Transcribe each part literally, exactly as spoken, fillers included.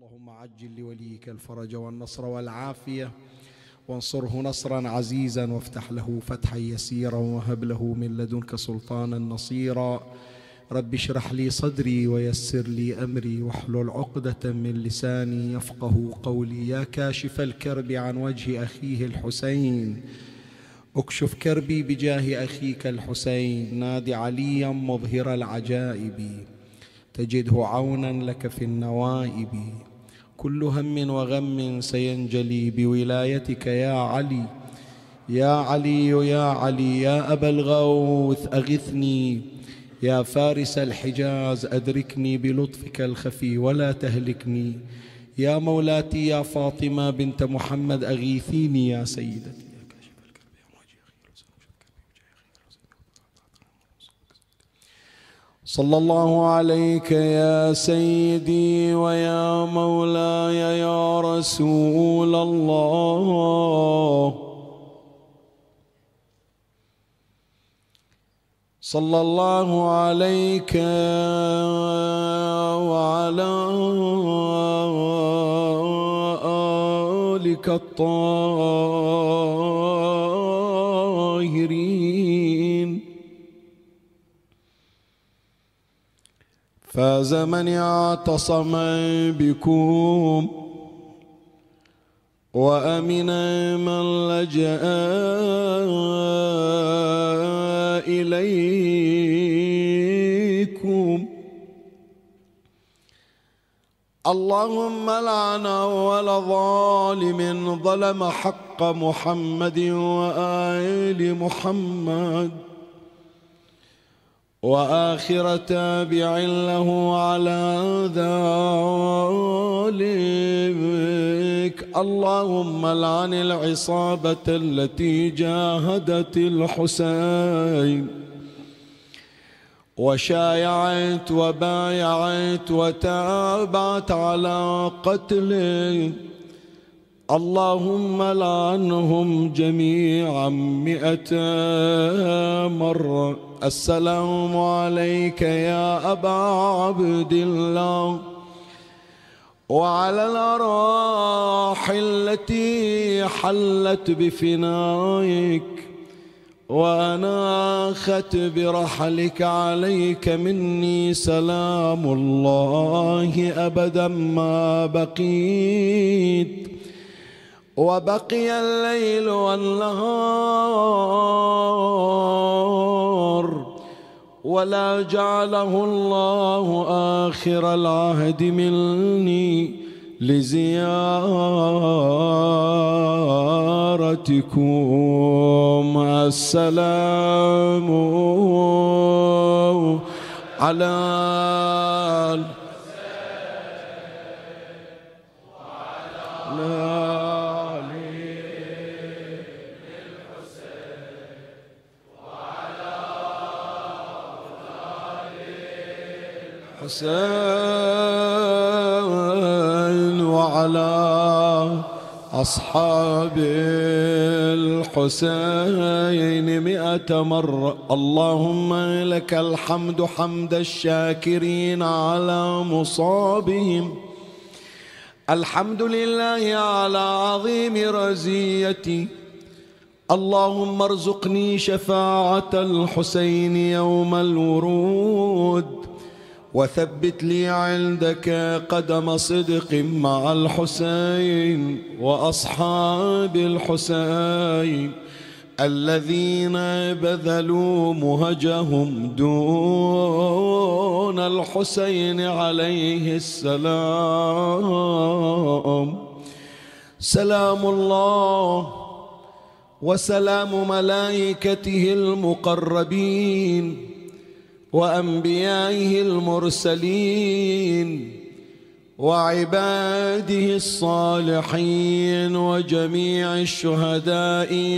اللهم عجل لوليك الفرج والنصر والعافية، وانصره نصرا عزيزا، وافتح له فتحا يسيرا، وهب له من لدنك سلطانا نصيرا. رب اشرح لي صدري ويسر لي أمري، واحلل عقدة من لساني يفقه قولي. يا كاشف الكرب عن وجه أخيه الحسين، اكشف كربي بجاه أخيك الحسين. نادي عليا مظهر العجائب، تجده عونا لك في النوائب. كل هم وغم سينجلي بولايتك يا علي، يا علي يا علي. يا أبا الغوث أغثني، يا فارس الحجاز أدركني بلطفك الخفي ولا تهلكني. يا مولاتي يا فاطمة بنت محمد أغيثيني يا سيدتي. صلى الله عليك يا سيدي ويا مولاي يا رسول الله. صلى الله عليك وعلى آلك الطاهرين. فاز من اعتصم بكم، وأمن من لجأ إليكم. اللهم لعن أول ظالم ظلم حق محمد وآل محمد، وآخر تابع له على ذلك. اللهم لعن العصابة التي جاهدت الحسين وشايعت وبايعت وتابعت على قتله. اللهم لعنهم جميعا مئة مرة. السلام عليك يا أبا عبد الله، وعلى الأراح التي حلت بفنائك وأناخت برحلك. عليك مني سلام الله أبدا ما بقيت، وبقي الليل والنهار، ولا جعله الله آخر العهد مني لزيارتكم. السلام على الحسين وعلى أصحاب الحسين مئة مرة. اللهم لك الحمد حمد الشاكرين على مصابهم. الحمد لله على عظيم رزيتي. اللهم ارزقني شفاعة الحسين يوم الورود، وثبت لي عندك قدم صدق مع الحسين وأصحاب الحسين الذين بذلوا مهجهم دون الحسين عليه السلام. سلام الله وسلام ملائكته المقربين وأنبيائه المرسلين وعباده الصالحين وجميع الشهداء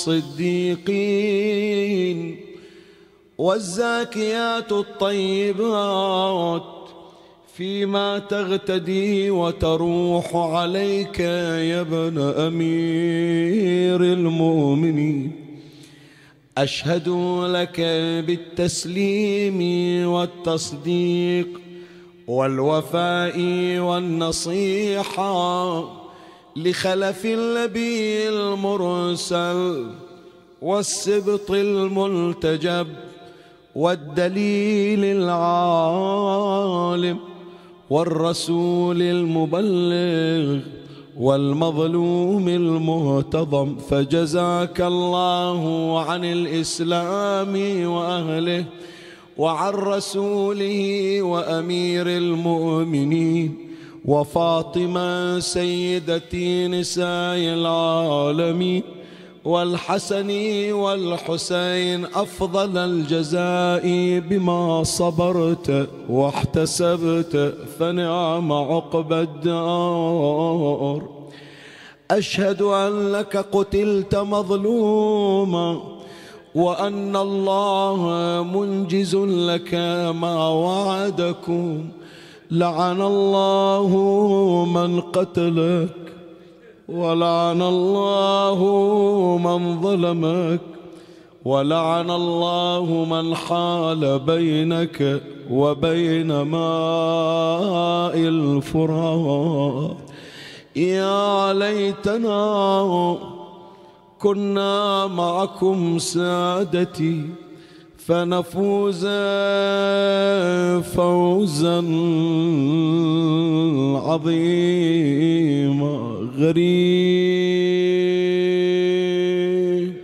والصديقين والزاكيات الطيبات فيما تغتدي وتروح عليك يا ابن أمير المؤمنين. أشهد لك بالتسليم والتصديق والوفاء والنصيحة لخلف النبي المرسل والسبط الملتجب والدليل العالم والرسول المبلغ والمظلوم المهتضم. فجزاك الله عن الإسلام وأهله وعن رسوله وأمير المؤمنين وفاطمة سيدتي نساء العالمين والحسن والحسين أفضل الجزاء بما صبرت واحتسبت، فنعم عقبى الدار. أشهد أنك قتلت مظلوما وأن الله منجز لك ما وعدكم. لعن الله من قتلك ولعن الله من ظلمك ولعن الله من حال بينك وبين ماء الفرات. يا ليتنا كنا معكم سادتي فنفوز فوزا عظيما. غريب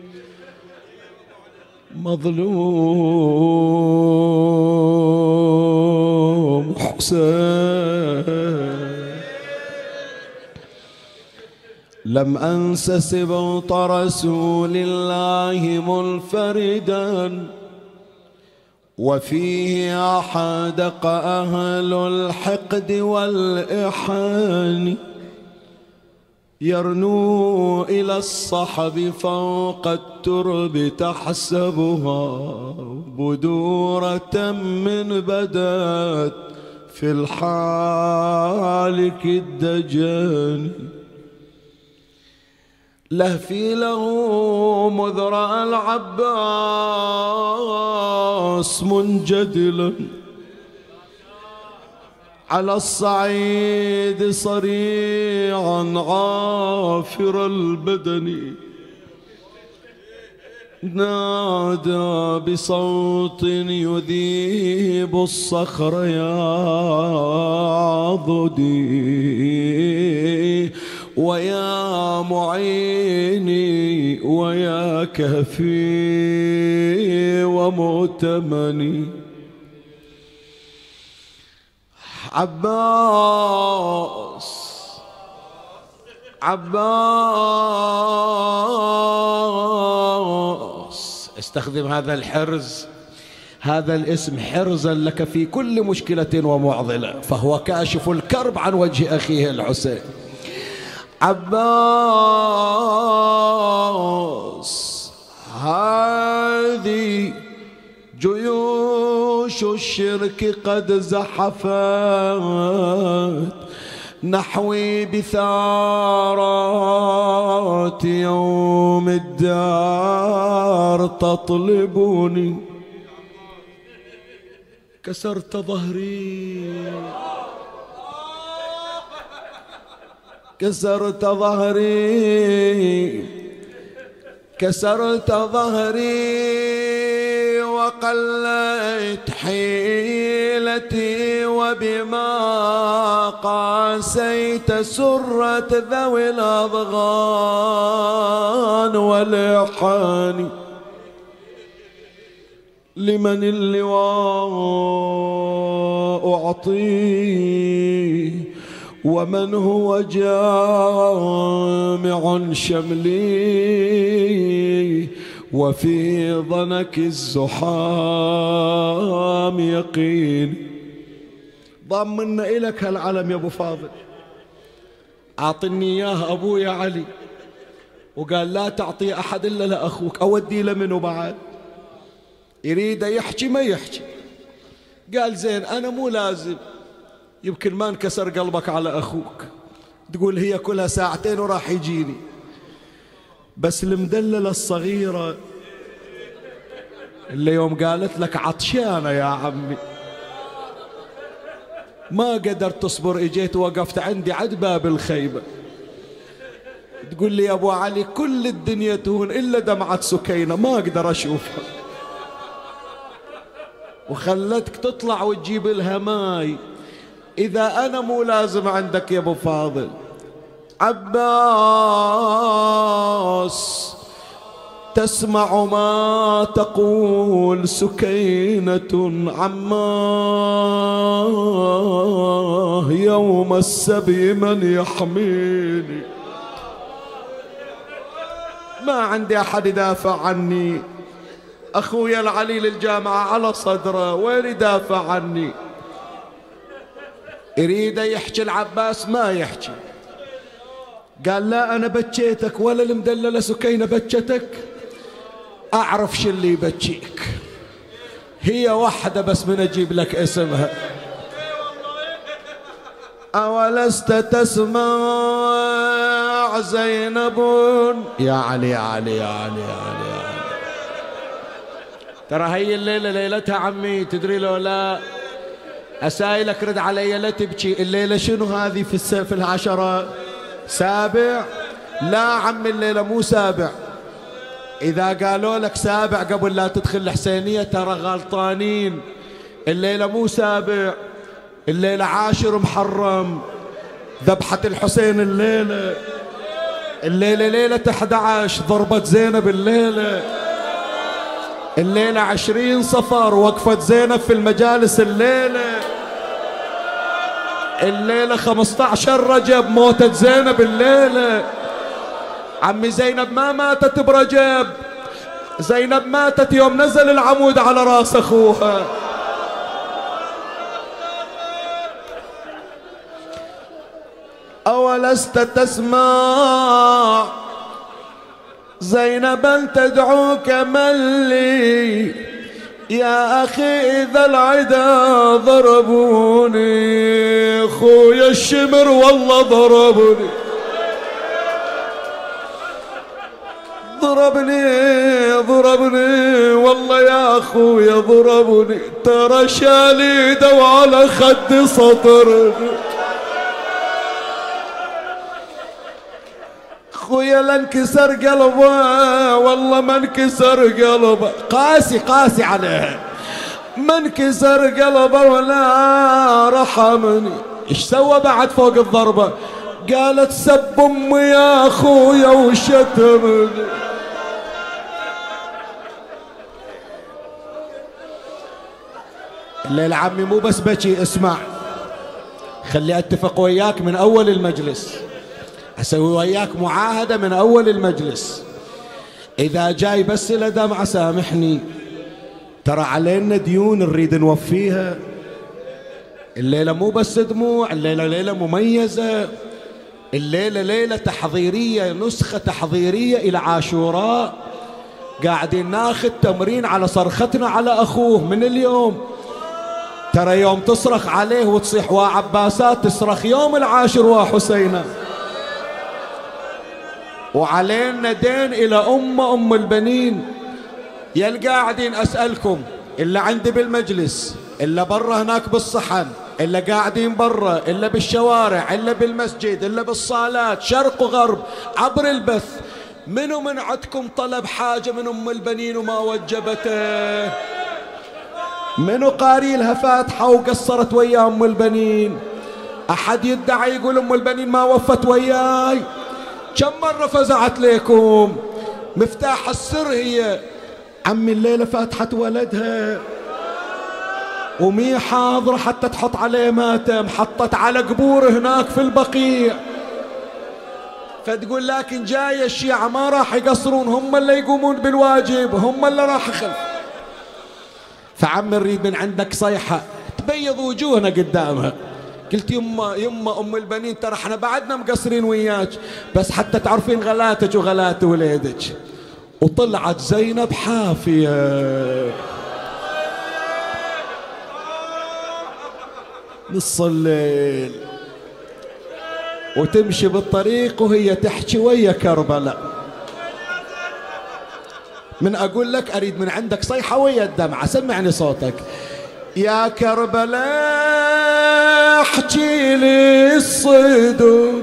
مظلوم حسين. لم أنس سبط رسول الله منفردا وفيه أحدق أهل الحقد والإحان. يرنو إلى الصحب فوق الترب تحسبها بدورة من بدات في الحالك الدجان. لهفي له مذرع العباس منجدلا على الصعيد صريعا عافر البدن. نادى بصوت يذيب الصخر يا عضدي ويا معيني ويا كفي ومؤتمني. عباس عباس استخدم هذا الحرز، هذا الاسم حرزا لك في كل مشكلة ومعضلة، فهو كاشف الكرب عن وجه أخيه الحسين. عباس هذه جيوش الشرك قد زحفت نحوي بثارات يوم الدار تطلبني. كسرت ظهري كسرت ظهري كسرت ظهري وقلت حيلتي وبما قاسيت سرت ذوي الأضغان والإحان. لمن اللواء أعطيه ومن هو جامع شملي وفي ضنك الزحام يقين. ضمنا إلك هالعلم يا أبو فاضل، أعطني إياه أبويا علي، وقال لا تعطي أحد إلا لأخوك. أودي لمنه بعد؟ يريد يحكي ما يحكي. قال زين أنا مو لازم، يمكن ما انكسر قلبك على أخوك، تقول هي كلها ساعتين وراح يجيني، بس المدللة الصغيرة اللي يوم قالت لك عطشانة يا عمي ما قدرت تصبر، اجيت وقفت عندي عند باب الخيمة. تقول لي يا ابو علي كل الدنيا تهون الا دمعة سكينة ما اقدر اشوفها، وخلتك تطلع وتجيب لها ماي. اذا انا مو لازم عندك يا ابو فاضل عباس، تسمع ما تقول سكينة عماه يوم السبي من يحميني. ما عندي أحد يدافع عني، أخويا العلي للجامعة على صدره وين يدافع عني؟ يريد يحكي العباس ما يحكي. قال لا أنا بكيتك ولا المدللة سكينة بكتك، أعرف شو اللي يبكيك، هي واحدة بس من أجيب لك اسمها. أولست تسمع زينب يا علي يا علي يا علي يا علي, يا علي. ترى هي الليلة ليلتها عمي، تدري لو لا أسائلك رد علي لا تبكي. الليلة شنو هذه في السقف العشرة؟ سابع؟ لا عمي الليلة مو سابع. إذا قالوا لك سابع قبل لا تدخل الحسينية ترى غلطانين. الليلة مو سابع، الليلة عاشر محرم، ذبحة الحسين الليلة. الليلة ليلة أحد عشر، ضربة زينب الليلة. الليلة عشرين صفر، وقفة زينب في المجالس الليلة. الليلة خمسة عشر رجب، موتة زينب الليلة. عمي زينب ما ماتت برجب، زينب ماتت يوم نزل العمود على راس أخوها. أولست تسمع زينبا تدعوك من لي يا أخي إذا العدا ضربوني، خويا الشمر والله ضربني ضربني ضربني والله يا أخويا ضربني، ترى شاليده وعلى خدي سطرني. خويا لانكسر قلبه والله ما انكسر قلبه، قاسي قاسي عليه، ما انكسر قلبه ولا رحمني. ايش سوى بعد فوق الضربة؟ قالت سب امي يا اخويا وشتمني. الليل عمي مو بس بكي، اسمع خلي اتفق وياك من اول المجلس، اسوي وياك معاهدة من اول المجلس. اذا جاي بس الى دمعة سامحني، ترى علينا ديون نريد نوفيها. الليلة مو بس دموع، الليلة ليلة مميزة، الليلة ليلة تحضيرية، نسخة تحضيرية إلى عاشوراء. قاعدين ناخذ تمرين على صرختنا على أخوه من اليوم. ترى يوم تصرخ عليه وتصيح وعباسات، تصرخ يوم العاشر وحسينة. وعلينا دين إلى أم أم البنين. يا القاعدين أسألكم، إلا عندي بالمجلس، إلا برا هناك بالصحن، إلا قاعدين برا، إلا بالشوارع، إلا بالمسجد، إلا بالصالات، شرق وغرب، عبر البث، منو من عندكم طلب حاجة من أم البنين وما وجبته؟ منو قاري لها فاتحة وقصرت ويا أم البنين؟ أحد يدعي يقول أم البنين ما وفت وياي؟ كم مرة فزعت لكم؟ مفتاح السر هي عمي الليلة فاتحة ولدها ومي حاضرة حتى تحط عليه ماتم، حطت على قبور هناك في البقيع. فتقول لكن جاي الشيعة ما راح يقصرون، هم اللي يقومون بالواجب، هم اللي راح يخلف. فعم نريد من عندك صيحة تبيض وجوهنا قدامها. قلت يما يما أم البنين ترى احنا بعدنا مقصرين وياك، بس حتى تعرفين غلاتك وغلات وليدك. وطلعت زينب حافية نص الليل وتمشي بالطريق وهي تحكي ويا كربلاء. من أقول لك أريد من عندك صيحة ويا الدمعة، سمعني صوتك يا كربلاء احكي لي الصدق،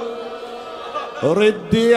ردي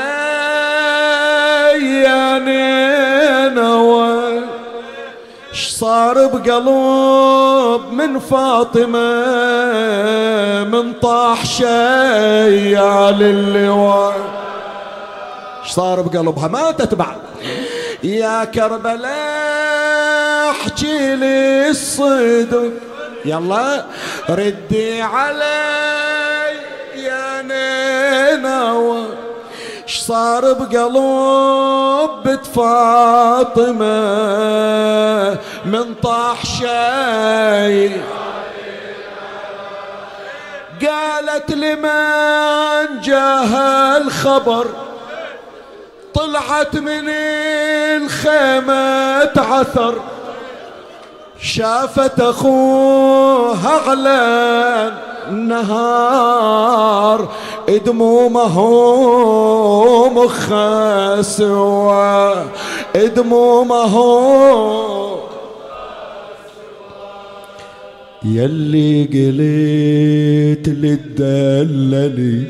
علي يا نينوى، اش صار بقلب من فاطمة من طاح شي على اللواء، اش صار بقلبها ماتت بعد. يا كربلاء احكي لي الصدق، يلا ردي علي يا نينوى، اش صار بقلب بنت فاطمة من طاح شي. قالت لمن جاها الخبر، طلعت من الخيمة عثر، شافت اخوها على النهار دمومه مخه سوا، دمومه يلي قليت للدللي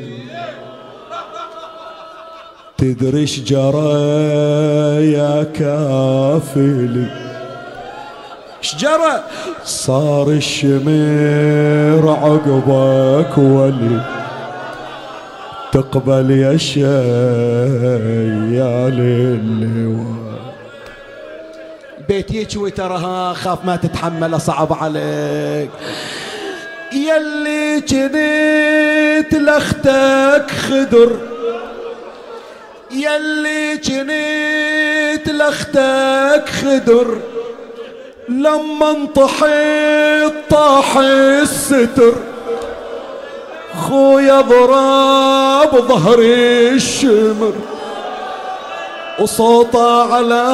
تدري اش جرى يا كافلي، اش جرى؟ صار الشمير عقبك ولي تقبل يا شي يا للواء. بيت يجوي تراها خاف ما تتحمل صعب عليك، يلي جنيت لاختك خدر، يلي جنيت لاختك خدر، لما انطحيت طاح الستر، خويا ضرب ظهري الشمر وصوته على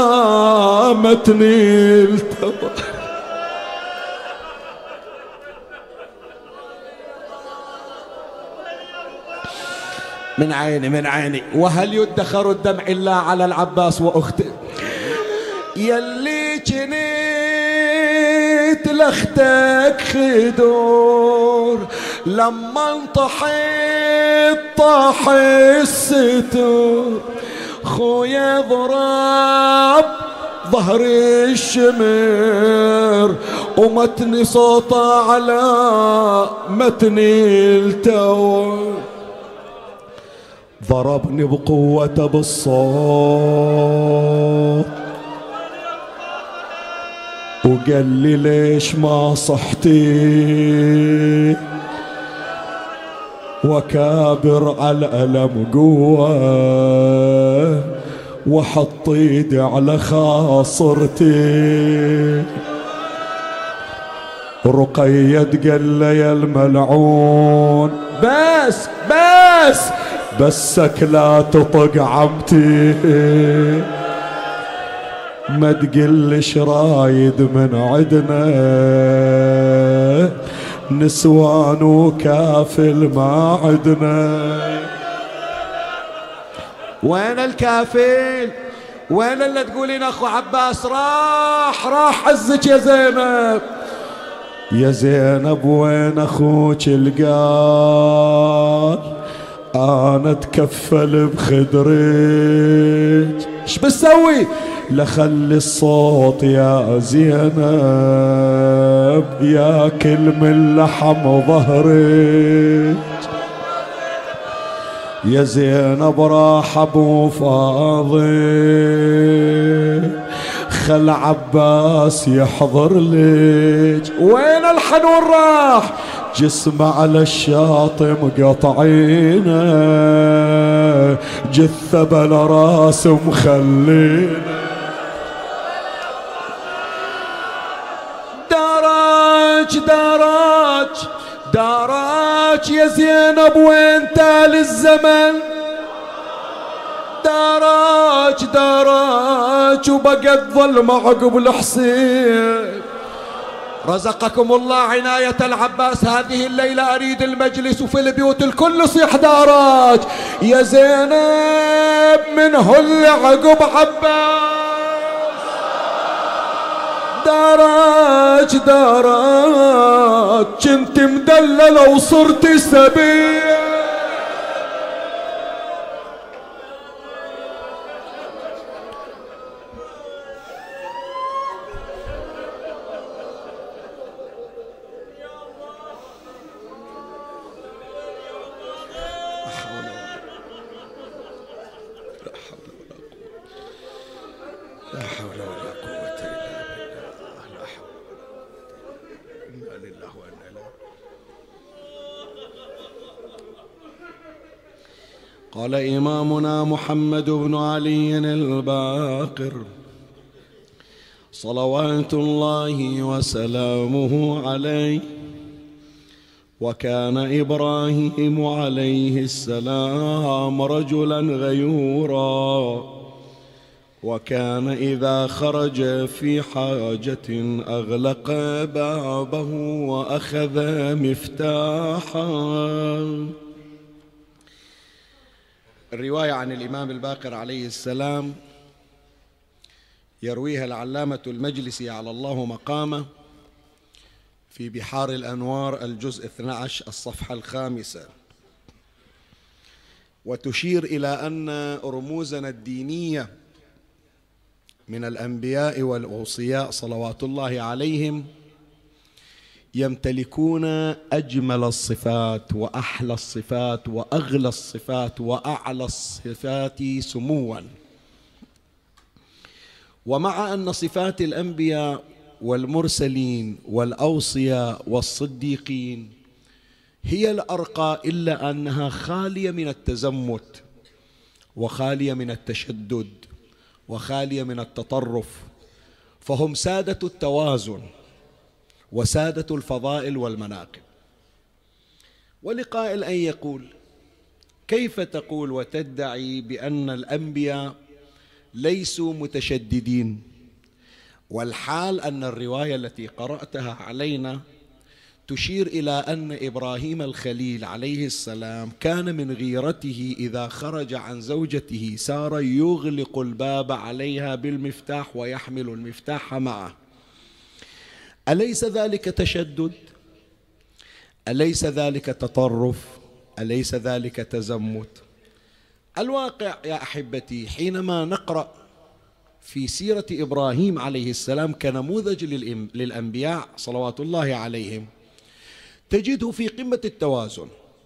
متني التبر. من عيني من عيني، وهل يدخر الدمع إلا على العباس وأخته، يلي جنيت لاختك خدور، لما انطحيت طاح الستور، خويا ضرب ظهر الشمر ومتني صوته على متني التور، ضربني بقوة بالصوت وقال لي ليش ما صحتي، وكابر على الألم قوة وحط ايدي على خاصرتي، رقيد قال لي يا الملعون بس بس بسك لا تطق عمتي، ما تقلش رايد من عدنا نسوان وكافل ما عدنا. وين الكافل؟ وين اللي تقولين اخو عباس راح راح عزك يا زينب؟ يا زينب وين اخوك القال انا اتكفل بخدرك، ايش بسوي؟ لخلي الصوت يا زينب ياكل من لحم ظهرك، يا زينب راح ابو فاضل خل عباس يحضر لك. وين الحنون راح؟ جسمه على الشاطئ مقطعينه، جثه بلا راس مخلينه، دارج دارج دارج يا زينب وين تال الزمن، دارج دارج وبقت ظلمة عقب الحسين. رزقكم الله عناية العباس، هذه الليلة أريد المجلس وفي البيوت الكل يصيح دارج يا زينب من هو اللي عقب عباس، دارك دارك كنت مدللة وصرت سبية. لا حول ولا قوة إلا بالله. لا حول. إنا لله وإنا إليه. قال إمامنا محمد بن علي الباقر صلوات الله وسلامه عليه: وكان إبراهيم عليه السلام رجلا غيورا، وكان إذا خرج في حاجة أغلق بابه وأخذ مفتاحا. الرواية عن الإمام الباقر عليه السلام يرويها العلامة المجلسي على الله مقامه في بحار الأنوار الجزء اثني عشر الصفحة الخامسة، وتشير إلى أن رموزنا الدينية من الأنبياء والأوصياء صلوات الله عليهم يمتلكون أجمل الصفات وأحلى الصفات وأغلى الصفات وأعلى الصفات سموا. ومع أن صفات الأنبياء والمرسلين والأوصياء والصديقين هي الأرقى، إلا أنها خالية من التزمت وخالية من التشدد وخالية من التطرف، فهم سادة التوازن وسادة الفضائل والمناقب. ولقائل أن يقول: كيف تقول وتدعي بأن الأنبياء ليسوا متشددين، والحال أن الرواية التي قرأتها علينا تشير إلى أن إبراهيم الخليل عليه السلام كان من غيرته إذا خرج عن زوجته سارة يغلق الباب عليها بالمفتاح ويحمل المفتاح معه. أليس ذلك تشدد؟ أليس ذلك تطرف؟ أليس ذلك تزمت؟ الواقع يا أحبتي حينما نقرأ في سيرة إبراهيم عليه السلام كنموذج للأنبياء صلوات الله عليهم تجده في قمة التوازن،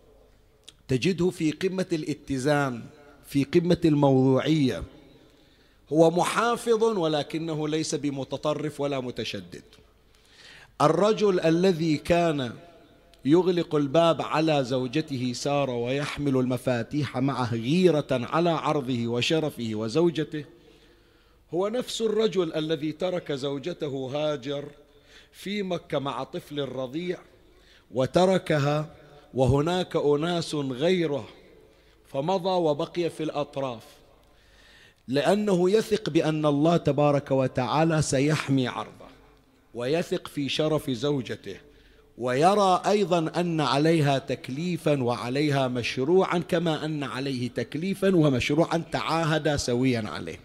تجده في قمة الاتزان، في قمة الموضوعية. هو محافظ ولكنه ليس بمتطرف ولا متشدد. الرجل الذي كان يغلق الباب على زوجته سارة ويحمل المفاتيح معه غيرة على عرضه وشرفه وزوجته هو نفس الرجل الذي ترك زوجته هاجر في مكة مع طفل رضيع وتركها وهناك أناس غيره، فمضى وبقي في الأطراف لأنه يثق بأن الله تبارك وتعالى سيحمي عرضه، ويثق في شرف زوجته، ويرى أيضا أن عليها تكليفا وعليها مشروعا كما أن عليه تكليفا ومشروعا تعاهدا سويا عليه.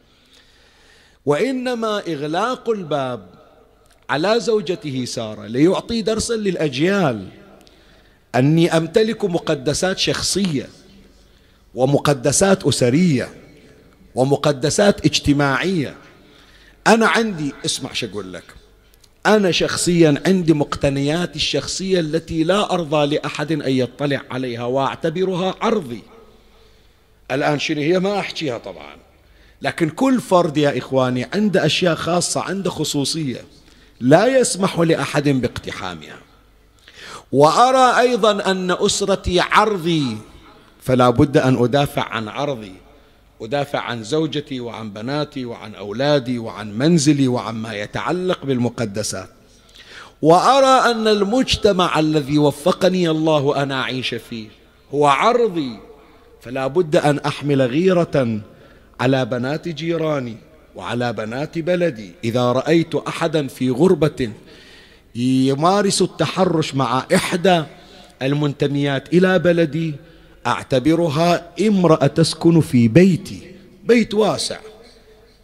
وإنما إغلاق الباب على زوجته سارة ليعطي درسا للأجيال أني أمتلك مقدسات شخصية ومقدسات أسرية ومقدسات اجتماعية. أنا عندي، اسمع شو أقول لك، أنا شخصيا عندي مقتنياتي الشخصية التي لا أرضى لأحد أن يطلع عليها وأعتبرها عرضي. الآن شنو هي ما أحكيها طبعا، لكن كل فرد يا إخواني عنده أشياء خاصة، عنده خصوصية لا يسمح لأحد باقتحامها. وأرى أيضا أن أسرتي عرضي، فلا بد أن أدافع عن عرضي، أدافع عن زوجتي وعن بناتي وعن أولادي وعن منزلي وعن ما يتعلق بالمقدسات. وأرى أن المجتمع الذي وفقني الله أن أعيش فيه هو عرضي، فلا بد أن أحمل غيرة على بنات جيراني وعلى بنات بلدي. إذا رأيت أحدا في غربة يمارس التحرش مع إحدى المنتميات إلى بلدي أعتبرها امرأة تسكن في بيتي، بيت واسع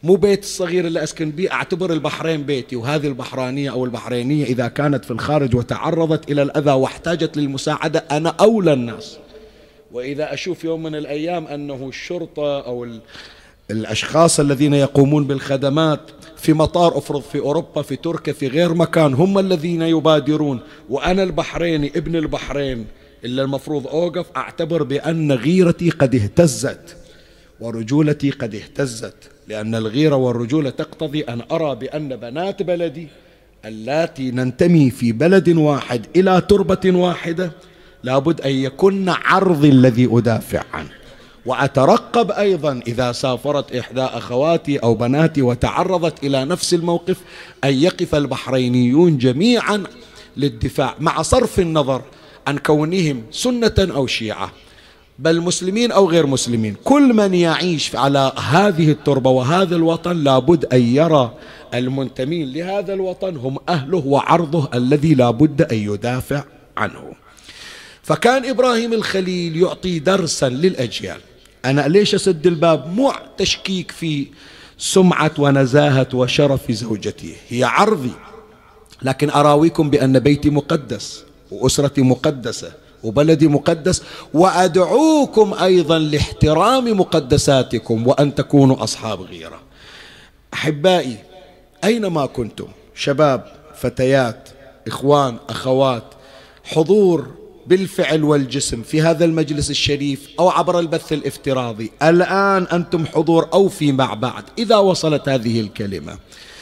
مو بيت الصغير اللي أسكن به، أعتبر البحرين بيتي، وهذه البحرانية أو البحرينية إذا كانت في الخارج وتعرضت إلى الأذى واحتاجت للمساعدة أنا أولى الناس. وإذا أشوف يوم من الأيام أنه الشرطة أو الأشخاص الذين يقومون بالخدمات في مطار أفرض في أوروبا في تركيا في غير مكان هم الذين يبادرون، وأنا البحريني ابن البحرين اللي المفروض أوقف، أعتبر بأن غيرتي قد اهتزت ورجولتي قد اهتزت، لأن الغيرة والرجولة تقتضي أن أرى بأن بنات بلدي اللاتي ننتمي في بلد واحد إلى تربة واحدة لابد أن يكون عرضي الذي أدافع عنه. وأترقب أيضا إذا سافرت إحدى أخواتي أو بناتي وتعرضت إلى نفس الموقف أن يقف البحرينيون جميعا للدفاع، مع صرف النظر عن كونهم سنة أو شيعة، بل مسلمين أو غير مسلمين. كل من يعيش على هذه التربة وهذا الوطن لابد أن يرى المنتمين لهذا الوطن هم أهله وعرضه الذي لابد أن يدافع عنه. فكان إبراهيم الخليل يعطي درسا للأجيال. أنا ليش أسد الباب؟ مو تشكيك في سمعة ونزاهة وشرف زوجتي، هي عرضي، لكن أراويكم بأن بيتي مقدس وأسرتي مقدسة وبلدي مقدس، وأدعوكم أيضا لاحترام مقدساتكم وأن تكونوا أصحاب غيرة. أحبائي أينما كنتم، شباب، فتيات، إخوان، أخوات، حضور بالفعل والجسم في هذا المجلس الشريف أو عبر البث الافتراضي، الآن أنتم حضور أو فيما بعد إذا وصلت هذه الكلمة،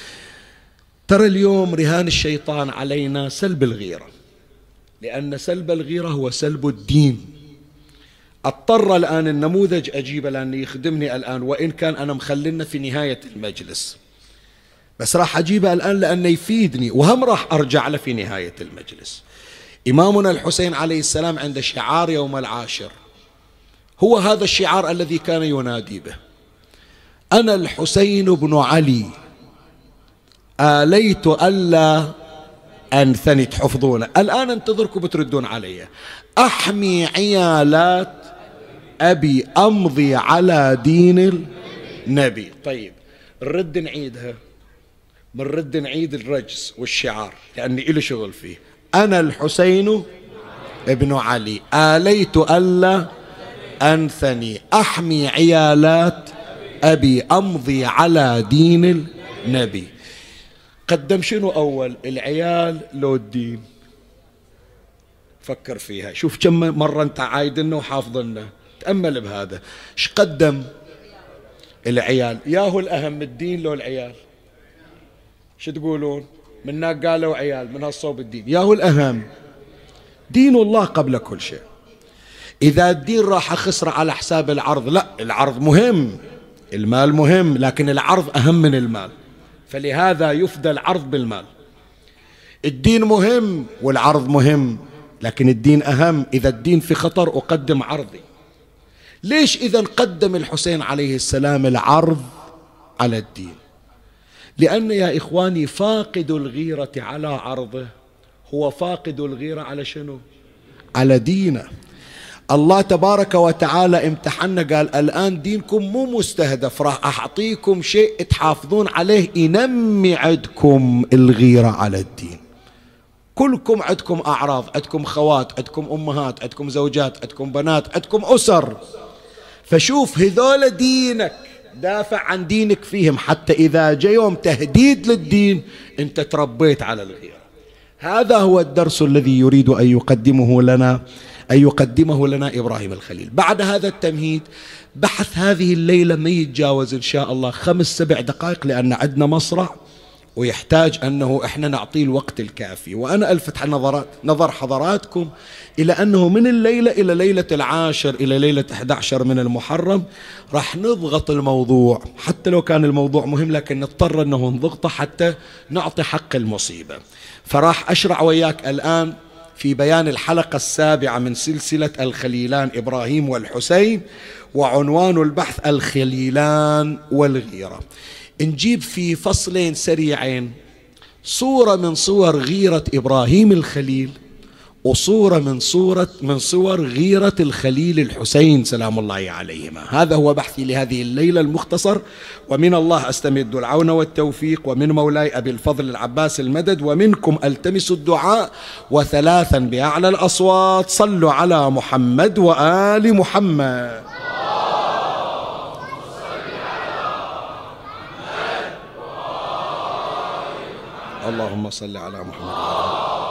ترى اليوم رهان الشيطان علينا سلب الغيرة، لأن سلب الغيرة هو سلب الدين. اضطر الآن النموذج أجيب لأنه يخدمني الآن، وإن كان أنا مخلنا في نهاية المجلس، بس راح أجيبه الآن لأنه يفيدني، وهم راح أرجع له في نهاية المجلس. إمامنا الحسين عليه السلام عند شعار يوم العاشر، هو هذا الشعار الذي كان ينادي به: أنا الحسين بن علي آليت ألا أنثني. تحفظونه الآن، انتظركم بتردون علي. أحمي عيالات أبي أمضي على دين النبي. طيب نرد نعيدها، بنرد نعيد الرجس والشعار لأني إلي شغل فيه. أنا الحسين ابن علي آليت ألا أنثني، أحمي عيالات أبي أمضي على دين النبي. قدم شنو أول، العيال لو الدين؟ فكر فيها، شوف كم مرة أنت عايدنا وحافظنا، تأمل بهذا. ايش قدم؟ العيال. ياهو الأهم الدين لو العيال؟ شو تقولون؟ منك قالوا عيال من هالصوب الدين، ياهو الأهم دين الله قبل كل شيء. إذا الدين راح أخسر على حساب العرض، لا، العرض مهم، المال مهم، لكن العرض أهم من المال، فلهذا يفدى العرض بالمال. الدين مهم والعرض مهم، لكن الدين أهم. إذا الدين في خطر أقدم عرضي. ليش إذا قدم الحسين عليه السلام العرض على الدين؟ لأن يا إخواني فاقد الغيرة على عرضه هو فاقد الغيرة على شنو؟ على دينه. الله تبارك وتعالى امتحنا، قال الآن دينكم مو مستهدف، راح أعطيكم شيء تحافظون عليه ينمي عندكم الغيرة على الدين. كلكم عندكم أعراض، عندكم خوات، عندكم أمهات، عندكم زوجات، عندكم بنات، عندكم أسر، فشوف هذول دينك، دافع عن دينك فيهم، حتى إذا جاء يوم تهديد للدين أنت تربيت على الغيرة. هذا هو الدرس الذي يريد أن يقدمه لنا أن يقدمه لنا إبراهيم الخليل. بعد هذا التمهيد، بحث هذه الليلة ما يتجاوز إن شاء الله خمس سبع دقائق، لأن عندنا مصرع ويحتاج أنه إحنا نعطيه الوقت الكافي. وأنا ألفت نظرات نظر حضراتكم إلى أنه من الليلة إلى ليلة العاشر إلى ليلة أحد عشر من المحرم راح نضغط الموضوع، حتى لو كان الموضوع مهم لكن نضطر أنه نضغطه حتى نعطي حق المصيبة. فراح أشرع وياك الآن في بيان الحلقة السابعة من سلسلة الخليلان إبراهيم والحسين، وعنوان البحث الخليلان والغيرة. نجيب في فصلين سريعين صورة من صور غيرة إبراهيم الخليل، وصورة من صورة من صور غيرة الخليل الحسين سلام الله عليهما. هذا هو بحثي لهذه الليلة المختصر، ومن الله أستمد العون والتوفيق، ومن مولاي أبي الفضل العباس المدد، ومنكم ألتمس الدعاء. وثلاثا بأعلى الأصوات صلوا على محمد وآل محمد. اللهم صل على محمد.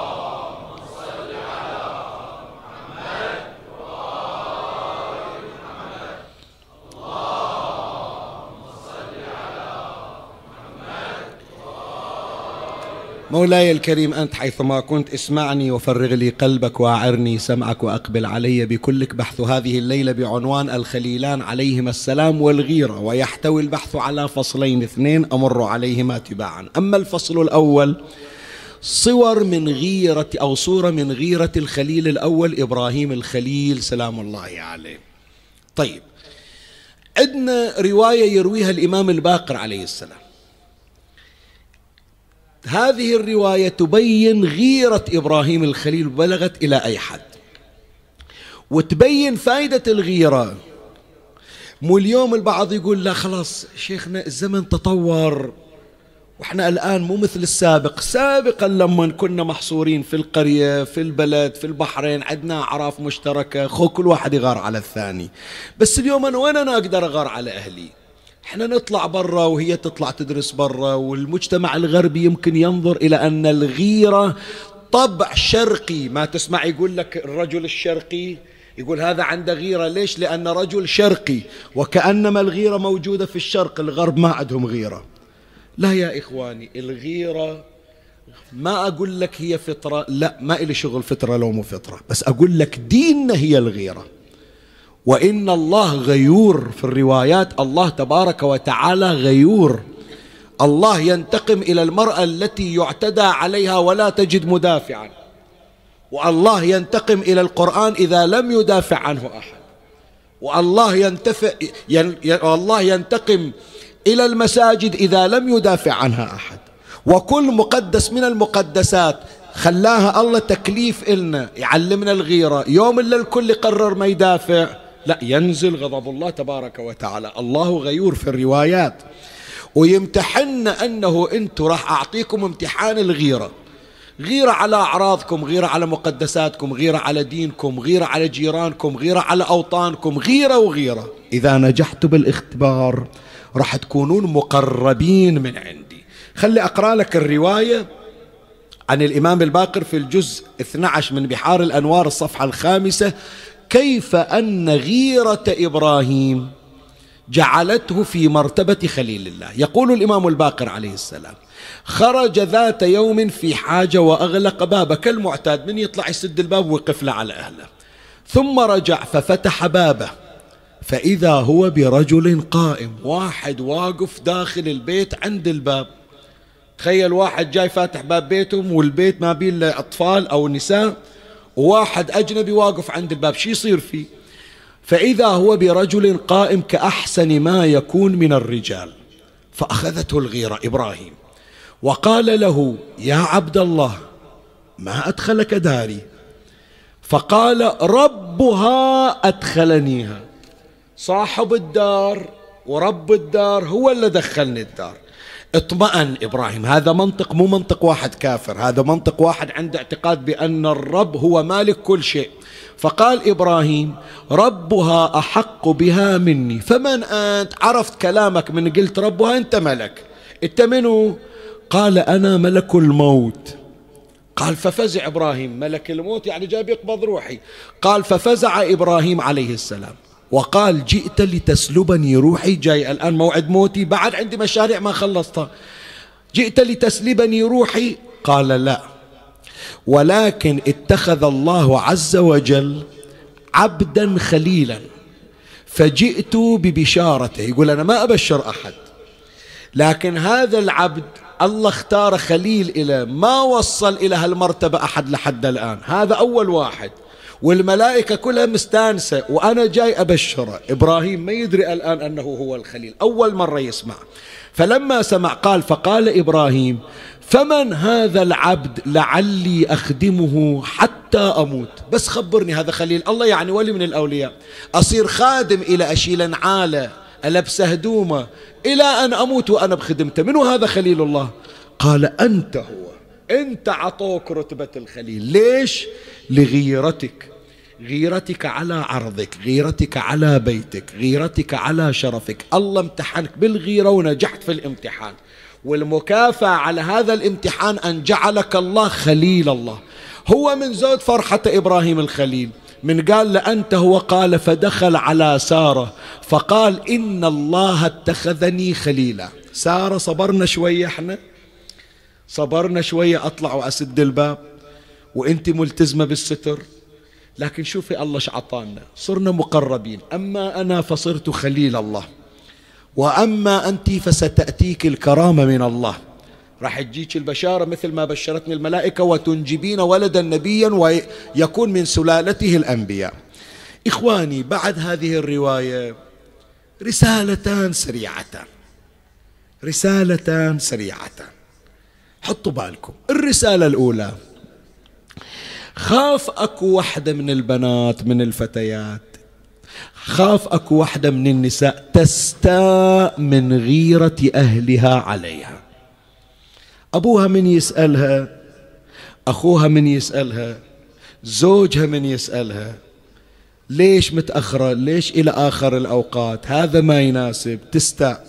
مولاي الكريم، أنت حيثما كنت اسمعني وفرغ لي قلبك وأعرني سمعك وأقبل علي بكلك. بحث هذه الليلة بعنوان الخليلان عليهما السلام والغيرة، ويحتوي البحث على فصلين اثنين أمر عليهما تباعا. أما الفصل الأول صور من غيرة أو صورة من غيرة الخليل الأول إبراهيم الخليل سلام الله عليه. طيب، عندنا رواية يرويها الإمام الباقر عليه السلام. هذه الرواية تبين غيرة إبراهيم الخليل بلغت إلى أي حد، وتبين فائدة الغيرة. مو اليوم البعض يقول لا خلاص شيخنا الزمن تطور وإحنا الآن مو مثل السابق. سابقا لما كنا محصورين في القرية في البلد في البحرين عندنا أعراف مشتركة، خو كل واحد يغار على الثاني. بس اليوم أنا وين أنا أقدر أغار على أهلي؟ احنا نطلع برا وهي تطلع تدرس برا، والمجتمع الغربي يمكن ينظر إلى أن الغيرة طبع شرقي. ما تسمع يقول لك الرجل الشرقي يقول هذا عنده غيرة. ليش؟ لأن رجل شرقي، وكأنما الغيرة موجودة في الشرق. الغرب ما عندهم غيرة. لا يا إخواني، الغيرة ما أقول لك هي فطرة، لا، ما إلي شغل فطرة لو مو فطرة، بس أقول لك ديننا هي الغيرة. وإن الله غيور، في الروايات الله تبارك وتعالى غيور. الله ينتقم إلى المرأة التي يعتدى عليها ولا تجد مدافعا، والله ينتقم إلى القرآن إذا لم يدافع عنه أحد، والله ينتفع ين... والله ينتقم إلى المساجد إذا لم يدافع عنها أحد. وكل مقدس من المقدسات خلاها الله تكليف إلنا، يعلمنا الغيرة. يوم إلا الكل يقرر ما يدافع، لا، ينزل غضب الله تبارك وتعالى. الله غيور في الروايات، ويمتحن أنه أنتم راح أعطيكم امتحان الغيرة. غيرة على أعراضكم، غيرة على مقدساتكم، غيرة على دينكم، غيرة على جيرانكم، غيرة على أوطانكم، غيرة وغيرة. إذا نجحتوا بالاختبار راح تكونون مقربين من عندي. خلي أقرأ لك الرواية عن الإمام الباقر في الجزء اثني عشر من بحار الأنوار الصفحة الخامسة، كيف أن غيرة إبراهيم جعلته في مرتبة خليل الله. يقول الإمام الباقر عليه السلام: خرج ذات يوم في حاجة وأغلق بابه كالمعتاد، من يطلع يسد الباب ويقفل على أهله، ثم رجع ففتح بابه فإذا هو برجل قائم. واحد واقف داخل البيت عند الباب. تخيل واحد جاي فاتح باب بيتهم والبيت ما بين أطفال أو نساء، وواحد أجنبي واقف عند الباب، شي يصير فيه؟ فإذا هو برجل قائم كأحسن ما يكون من الرجال. فأخذته الغيرة إبراهيم وقال له: يا عبد الله، ما أدخلك داري؟ فقال: ربها أدخلنيها. صاحب الدار ورب الدار هو اللي دخلني الدار. اطمأن إبراهيم. هذا منطق، مو منطق واحد كافر، هذا منطق واحد عنده اعتقاد بأن الرب هو مالك كل شيء. فقال إبراهيم: ربها أحق بها مني. فمن أنت؟ عرفت كلامك من قلت ربها، أنت ملك. أنت منو؟ قال: أنا ملك الموت. قال: ففزع إبراهيم. ملك الموت يعني جاي يقبض روحي. قال: ففزع إبراهيم عليه السلام وقال: جئت لتسلبني روحي؟ جاي الآن موعد موتي، بعد عندي مشاريع ما خلصتها، جئت لتسلبني روحي؟ قال: لا، ولكن اتخذ الله عز وجل عبدا خليلا فجئت ببشارته. يقول أنا ما أبشر أحد، لكن هذا العبد الله اختار خليل إلى ما وصل إلى هالمرتبة أحد لحد الآن. هذا أول واحد، والملائكة كلها مستانسة وأنا جاي أبشره. إبراهيم ما يدري الآن أنه هو الخليل، أول مرة يسمع. فلما سمع قال فقال إبراهيم فمن هذا العبد لعلي أخدمه حتى أموت. بس خبرني، هذا خليل الله يعني ولي من الأولياء، أصير خادم إلى أشيل عالة ألبس هدومة إلى أن أموت وأنا بخدمته، منو هذا خليل الله؟ قال أنت هو، أنت عطوك رتبة الخليل. ليش؟ لغيرتك، غيرتك على عرضك، غيرتك على بيتك، غيرتك على شرفك. الله امتحنك بالغيرة ونجحت في الامتحان، والمكافأة على هذا الامتحان أن جعلك الله خليل الله. هو من زود فرحة إبراهيم الخليل من قال لأنت هو، قال فدخل على سارة فقال إن الله اتخذني خليلا. سارة صبرنا شوية، احنا صبرنا شوية أطلع وأسد الباب وإنت ملتزمة بالستر، لكن شوفي الله شعطانا، صرنا مقربين. أما أنا فصرت خليل الله، وأما أنت فستأتيك الكرامة من الله، راح تجيك البشارة مثل ما بشرتني الملائكة، وتنجبين ولدا نبيا ويكون من سلالته الأنبياء. إخواني، بعد هذه الرواية رسالتان سريعتان، رسالتان سريعتان حطوا بالكم. الرسالة الأولى، خاف أكو واحدة من البنات من الفتيات، خاف أكو واحدة من النساء تستاء من غيرة أهلها عليها. أبوها من يسألها، أخوها من يسألها، زوجها من يسألها ليش متأخرة، ليش إلى آخر الأوقات، هذا ما يناسب، تستاء.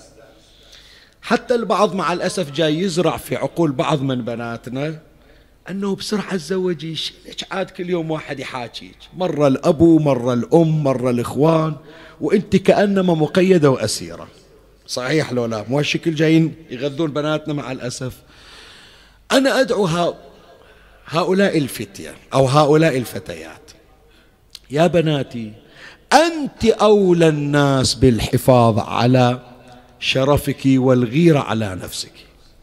حتى البعض مع الأسف جاي يزرع في عقول بعض من بناتنا أنه بسرعة تزوجيش، ليش عاد كل يوم واحد يحاكيك، مرة الأبو مرة الأم مرة الإخوان، وأنت كأنما مقيدة وأسيرة. صحيح لو لا؟ مو هالشكل جايين يغذون بناتنا مع الأسف. أنا أدعو هؤلاء الفتية أو هؤلاء الفتيات، يا بناتي أنت أولى الناس بالحفاظ على شرفك والغيرة على نفسك.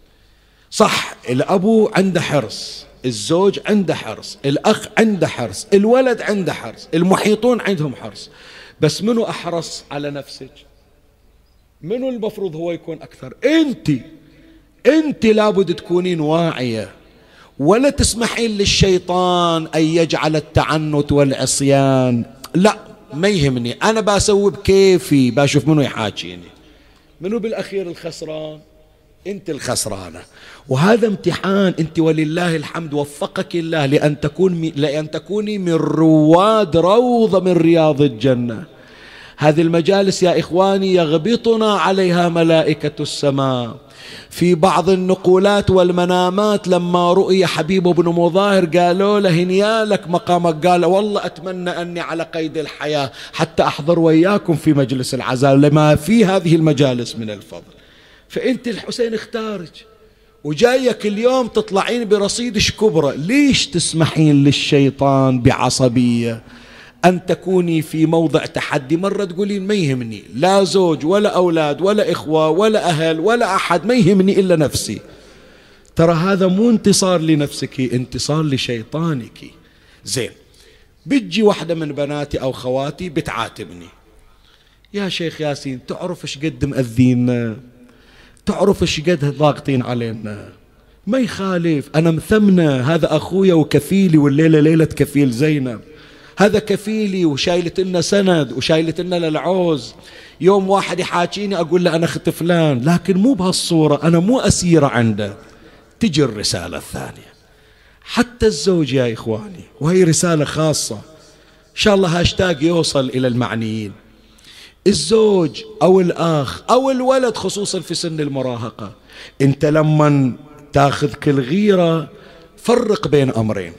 صح، الأبو عنده حرص، الزوج عنده حرص، الأخ عنده حرص، الولد عنده حرص، المحيطون عندهم حرص، بس منو أحرص على نفسك؟ منو المفروض هو يكون أكثر؟ أنت أنت لابد تكونين واعية، ولا تسمحين للشيطان أن يجعل التعنت والعصيان. لا، ما يهمني، أنا بسوي بكيفي، بشوف منو يحاكيني. منو بالأخير الخسران؟ أنت الخسرانة. وهذا امتحان، أنت ولله الحمد وفقك الله لأن تكون لأن تكوني من رواد روضة من رياض الجنة. هذه المجالس يا إخواني يغبطنا عليها ملائكة السماء. في بعض النقولات والمنامات لما رؤي حبيب بن مظاهر قالوا له هنيالك مقامك، قال والله أتمنى أني على قيد الحياة حتى أحضر وياكم في مجلس العزاء لما في هذه المجالس من الفضل. فأنت الحسين اختارك وجايك اليوم تطلعين برصيدش كبرى، ليش تسمحين للشيطان بعصبية أن تكوني في موضع تحدي؟ مرة تقولين ما يهمني لا زوج ولا أولاد ولا إخوة ولا أهل ولا أحد، ما يهمني إلا نفسي. ترى هذا مو انتصار لنفسك، انتصار لشيطانك. زين، بتجي واحدة من بناتي أو خواتي بتعاتبني، يا شيخ ياسين تعرف ايش قد مأذينا، تعرف ايش قد ضاغطين علينا، ما يخالف، أنا مثمنة، هذا أخويا وكفيلي، والليلة ليلة كفيل زينب، هذا كفيلي وشايلت لنا سند وشايلت لنا للعوز. يوم واحد يحاكيني أقول له أنا أخت فلان، لكن مو بهالصورة، أنا مو أسيرة عنده. تجي الرسالة الثانية، حتى الزوج يا إخواني، وهي رسالة خاصة إن شاء الله هاشتاج يوصل إلى المعنيين. الزوج أو الأخ أو الولد خصوصا في سن المراهقة، أنت لما تاخذك الغيرة فرق بين أمرين.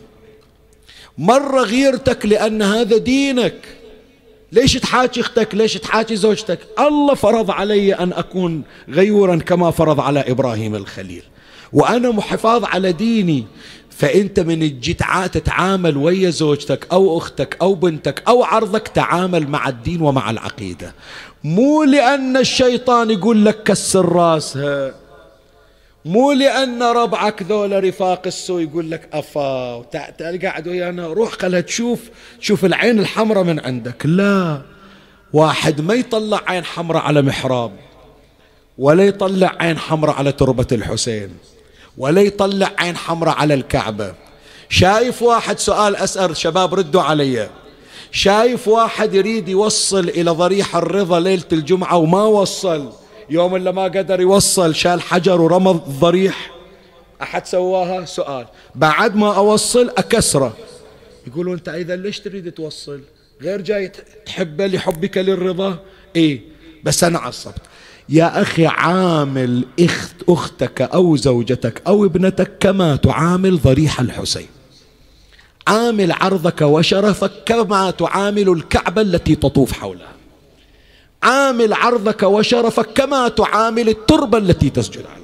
مرة غيرتك لأن هذا دينك، ليش تحاكي اختك، ليش تحاكي زوجتك؟ الله فرض علي أن أكون غيورا كما فرض على إبراهيم الخليل، وأنا محافظ على ديني. فأنت من الجي تتعامل ويا زوجتك أو أختك أو بنتك أو عرضك، تعامل مع الدين ومع العقيدة، مو لأن الشيطان يقول لك كسر راسها، مو لأن ربعك ذولا رفاق السوء يقول لك أفا قاعد ويانا روح خلها تشوف تشوف العين الحمراء من عندك. لا، واحد ما يطلع عين حمراء على محراب، ولا يطلع عين حمراء على تربة الحسين، ولا يطلع عين حمراء على الكعبة. شايف واحد، سؤال أسأل شباب ردوا علي، شايف واحد يريد يوصل إلى ضريح الرضا ليلة الجمعة وما وصل، يوم اللي ما قدر يوصل شال حجر ورمى الضريح، أحد سواها؟ سؤال. بعد ما أوصل أكسره، يقولوا أنت إذا ليش تريد توصل؟ غير جاي تحبه لحبك للرضا؟ إيه بس أنا عصبت. يا أخي عامل اخت أختك أو زوجتك أو ابنتك كما تعامل ضريح الحسين، عامل عرضك وشرفك كما تعامل الكعبة التي تطوف حولها، عامل عرضك وشرفك كما تعامل التربة التي تسجد عليها.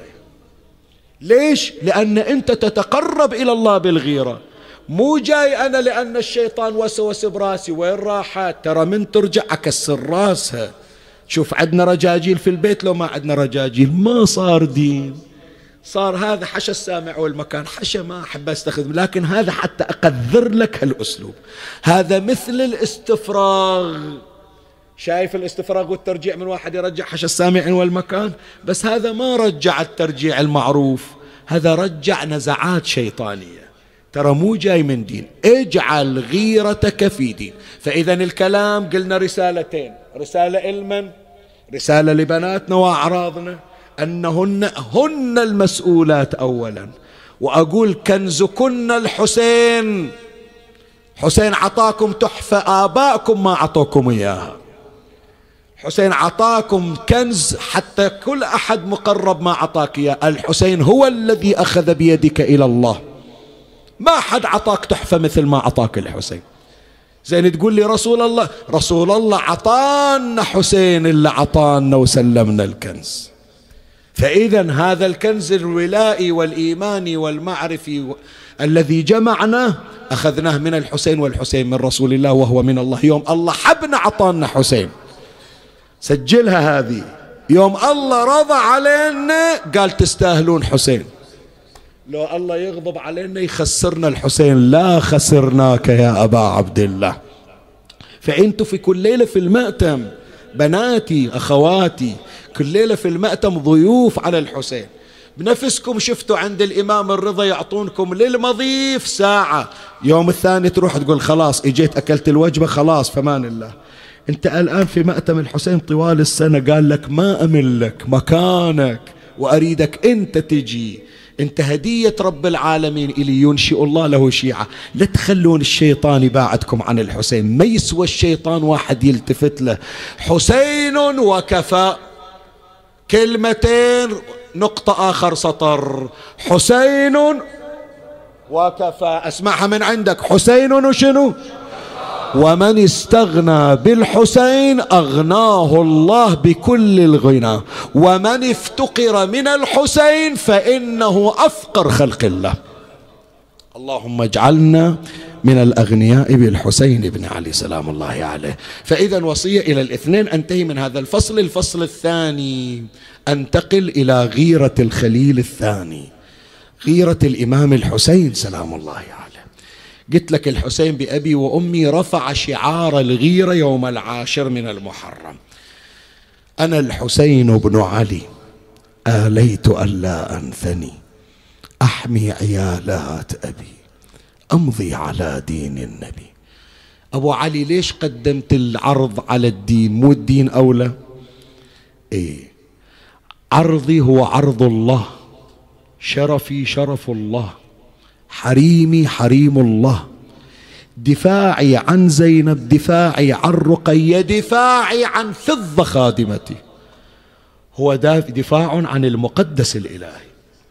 ليش؟ لأن أنت تتقرب إلى الله بالغيرة، مو جاي أنا لأن الشيطان وسوس براسي. وين راحت؟ ترى من ترجع أكسر راسها. شوف عندنا رجاجيل في البيت، لو ما عندنا رجاجيل ما صار دين، صار هذا حشى السامع والمكان، حشى ما أحب أستخدم، لكن هذا حتى أقذر لك هالأسلوب. هذا مثل الاستفراغ، شايف الاستفراغ والترجيع، من واحد يرجع حشى السامع والمكان، بس هذا ما رجع الترجيع المعروف، هذا رجع نزعات شيطانية. ترى مو جاي من دين. اجعل غيرتك في دين. فإذا الكلام قلنا رسالتين، رسالة لمن؟ رسالة لبناتنا وأعراضنا، أنهن هن المسؤولات أولا. وأقول كنزكن الحسين، حسين عطاكم تحفة آبائكم ما عطوكم إياها، حسين عطاكم كنز حتى كل أحد مقرب ما عطاك إياه. الحسين هو الذي أخذ بيدك إلى الله، ما حد عطاك تحفة مثل ما عطاك الحسين. زين تقول لي رسول الله، رسول الله عطانا حسين اللي عطانا وسلمنا الكنز. فإذا هذا الكنز الولائي والإيماني والمعرفي الذي جمعنا أخذناه من الحسين، والحسين من رسول الله وهو من الله. يوم الله حبنا عطانا حسين، سجلها هذه، يوم الله رضى علينا قال تستاهلون حسين. لو الله يغضب علينا يخسرنا الحسين، لا خسرناك يا أبا عبد الله. فأنتوا في كل ليلة في المأتم، بناتي أخواتي، كل ليلة في المأتم ضيوف على الحسين. بنفسكم شفتوا عند الإمام الرضا يعطونكم للمضيف ساعة، يوم الثاني تروح تقول خلاص اجيت أكلت الوجبة خلاص فمان الله. انت الآن في مأتم الحسين طوال السنة قال لك ما أمن لك مكانك وأريدك أنت تجي، انت هدية رب العالمين إلي، ينشئ الله له شيعة. لا تخلون الشيطان يباعدكم عن الحسين، ما يسوى الشيطان واحد يلتفت له. حسين وكفى، كلمتين نقطة آخر سطر، حسين وكفى. اسمعها من عندك، حسين وشنو؟ ومن استغنى بالحسين أغناه الله بكل الغنى، ومن افتقر من الحسين فإنه أفقر خلق الله. اللهم اجعلنا من الأغنياء بالحسين بن علي سلام الله عليه. فإذا وصية إلى الاثنين. أنتهي من هذا الفصل. الفصل الثاني أنتقل إلى غيرة الخليل الثاني، غيرة الإمام الحسين سلام الله عليه. قلت لك الحسين بأبي وأمي رفع شعار الغيرة يوم العاشر من المحرم. أنا الحسين بن علي آليت ألا أنثني، أحمي عيالات أبي، أمضي على دين النبي. أبو علي ليش قدمت العرض على الدين؟ مو الدين أولى؟ إيه، عرضي هو عرض الله، شرفي شرف الله، حريمي حريم الله، دفاعي عن زينب، دفاعي عن رقية، دفاعي عن فضة خادمتي، هو دفاع عن المقدس الإلهي.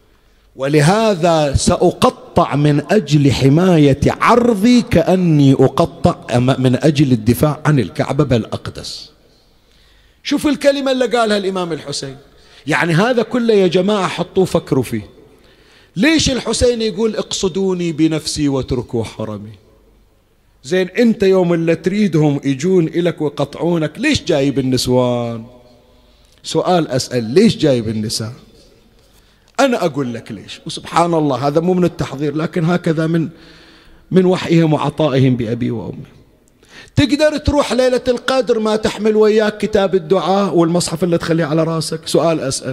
ولهذا سأقطع من أجل حماية عرضي كأني أقطع من أجل الدفاع عن الكعبة بل أقدس. شوف الكلمة اللي قالها الإمام الحسين. يعني هذا كله يا جماعة حطوه فكروا فيه. ليش الحسين يقول اقصدوني بنفسي واتركوا حرمي؟ زين انت يوم اللي تريدهم يجون إلك ويقطعونك ليش جايب النسوان؟ سؤال أسأل، ليش جايب النساء؟ أنا أقول لك ليش. وسبحان الله هذا مو من التحضير، لكن هكذا من من وحيهم وعطائهم بأبي وأمي. تقدر تروح ليلة القدر ما تحمل وياك كتاب الدعاء والمصحف اللي تخليه على راسك؟ سؤال أسأل.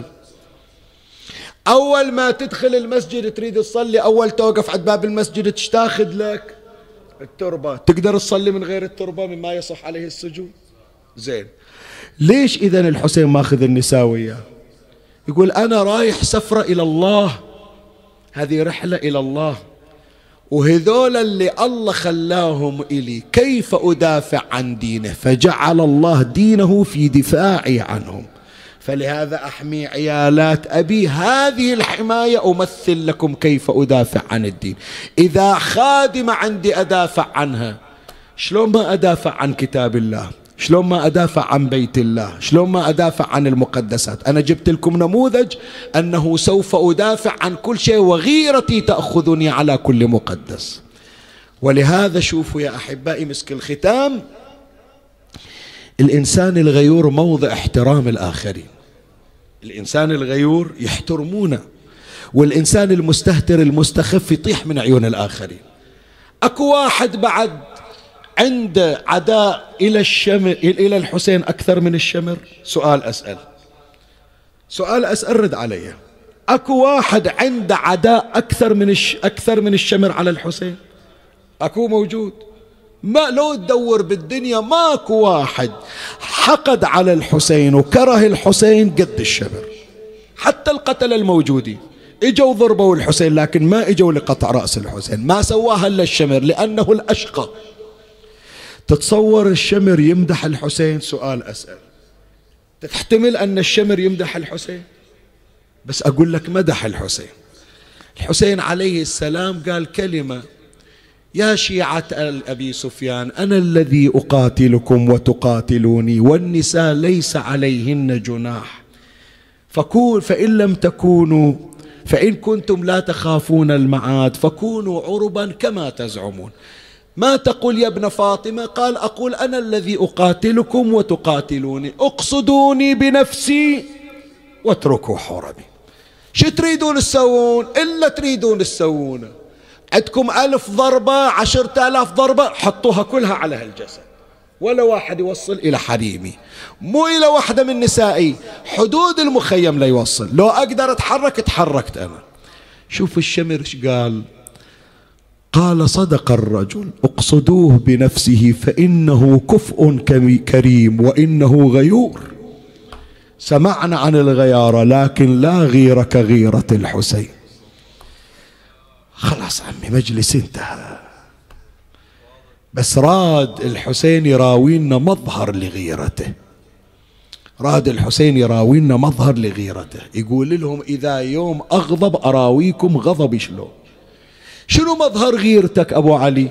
أول ما تدخل المسجد تريد تصلي، أول توقف عند باب المسجد تاخذ لك التربة. تقدر تصلي من غير التربة مما يصح عليه السجود؟ زين، ليش إذن الحسين ماخذ النساء وياه؟ يقول أنا رايح سفرة إلى الله، هذه رحلة إلى الله، وهذول اللي الله خلاهم إلي كيف أدافع عن دينه؟ فجعل الله دينه في دفاعي عنهم، فلهذا أحمي عيالات أبي، هذه الحماية أمثل لكم كيف أدافع عن الدين. إذا خادمة عندي أدافع عنها، شلون ما أدافع عن كتاب الله؟ شلون ما أدافع عن بيت الله؟ شلون ما أدافع عن المقدسات؟ أنا جبت لكم نموذج أنه سوف أدافع عن كل شيء، وغيرتي تأخذني على كل مقدس. ولهذا شوفوا يا أحبائي مسك الختام، الإنسان الغيور موضع احترام الآخرين، الإنسان الغيور يحترمونه، والإنسان المستهتر المستخف يطيح من عيون الآخرين. أكو واحد بعد عند عداء إلى الشمر إلى الحسين أكثر من الشمر؟ سؤال أسأل، سؤال أسأل رد علي. أكو واحد عند عداء أكثر من الش... أكثر من الشمر على الحسين؟ أكو موجود؟ ما لو تدور بالدنيا ماكو واحد حقد على الحسين وكره الحسين قد الشمر. حتى القتلة الموجودين اجوا ضربوا الحسين، لكن ما اجوا لقطع رأس الحسين، ما سواها الا الشمر لأنه الأشقى. تتصور الشمر يمدح الحسين؟ سؤال أسأل، تحتمل أن الشمر يمدح الحسين؟ بس أقول لك مدح الحسين. الحسين عليه السلام قال كلمة: يا شيعة أبي سفيان أنا الذي أقاتلكم وتقاتلوني، والنساء ليس عليهن جناح، فكون فإن لم تكونوا فإن كنتم لا تخافون المعاد فكونوا عربا كما تزعمون. ما تقول يا ابن فاطمة؟ قال أقول أنا الذي أقاتلكم وتقاتلوني، اقصدوني بنفسي واتركوا حرمي. شو تريدون تسوون؟ إلا تريدون تسوونه. عندكم ألف ضربة، عشرة آلاف ضربة، حطوها كلها على هالجسد، ولا واحد يوصل إلى حريمي، مو إلى واحدة من نسائي، حدود المخيم لا يوصل. لو أقدر أتحرك تحركت أنا. شوف الشمر ايش قال؟ قال صدق الرجل اقصدوه بنفسه فإنه كفء كريم وإنه غيور. سمعنا عن الغيارة لكن لا غيرة كغيرة الحسين. خلاص عمي مجلس انتهى، بس راد الحسين يراوينا مظهر لغيرته، راد الحسين يراوينا مظهر لغيرته. يقول لهم إذا يوم أغضب أراويكم غضب شلون. شنو مظهر غيرتك أبو علي؟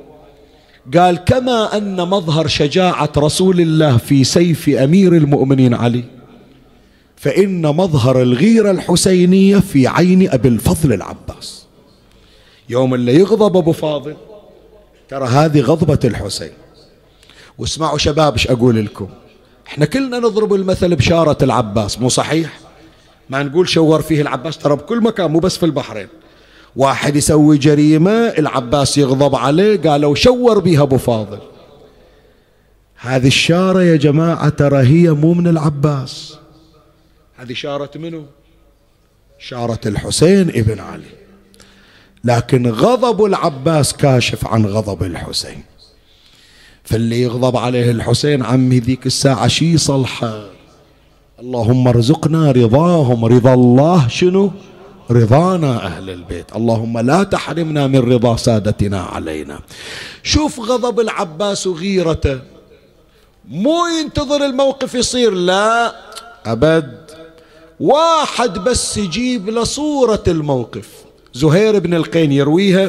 قال كما أن مظهر شجاعة رسول الله في سيف أمير المؤمنين علي، فإن مظهر الغيرة الحسينية في عين أبي الفضل العباس. يوم اللي يغضب أبو فاضل ترى هذه غضبة الحسين. واسمعوا شباب ايش أقول لكم، احنا كلنا نضرب المثل بشارة العباس، مو صحيح؟ ما نقول شور فيه العباس، ترى بكل مكان مو بس في البحرين. واحد يسوي جريمة العباس يغضب عليه، قالوا شور بيها أبو فاضل. هذه الشارة يا جماعة ترى هي مو من العباس، هذه شارة منه؟ شارة الحسين ابن علي. لكن غضب العباس كاشف عن غضب الحسين. فاللي يغضب عليه الحسين عمي ذيك الساعة شي صلحة. اللهم ارزقنا رضاهم، رضا الله شنو؟ رضانا أهل البيت، اللهم لا تحرمنا من رضا سادتنا علينا. شوف غضب العباس وغيرته، مو ينتظر الموقف يصير، لا أبد، واحد بس يجيب له صورة الموقف. زهير بن القين يرويها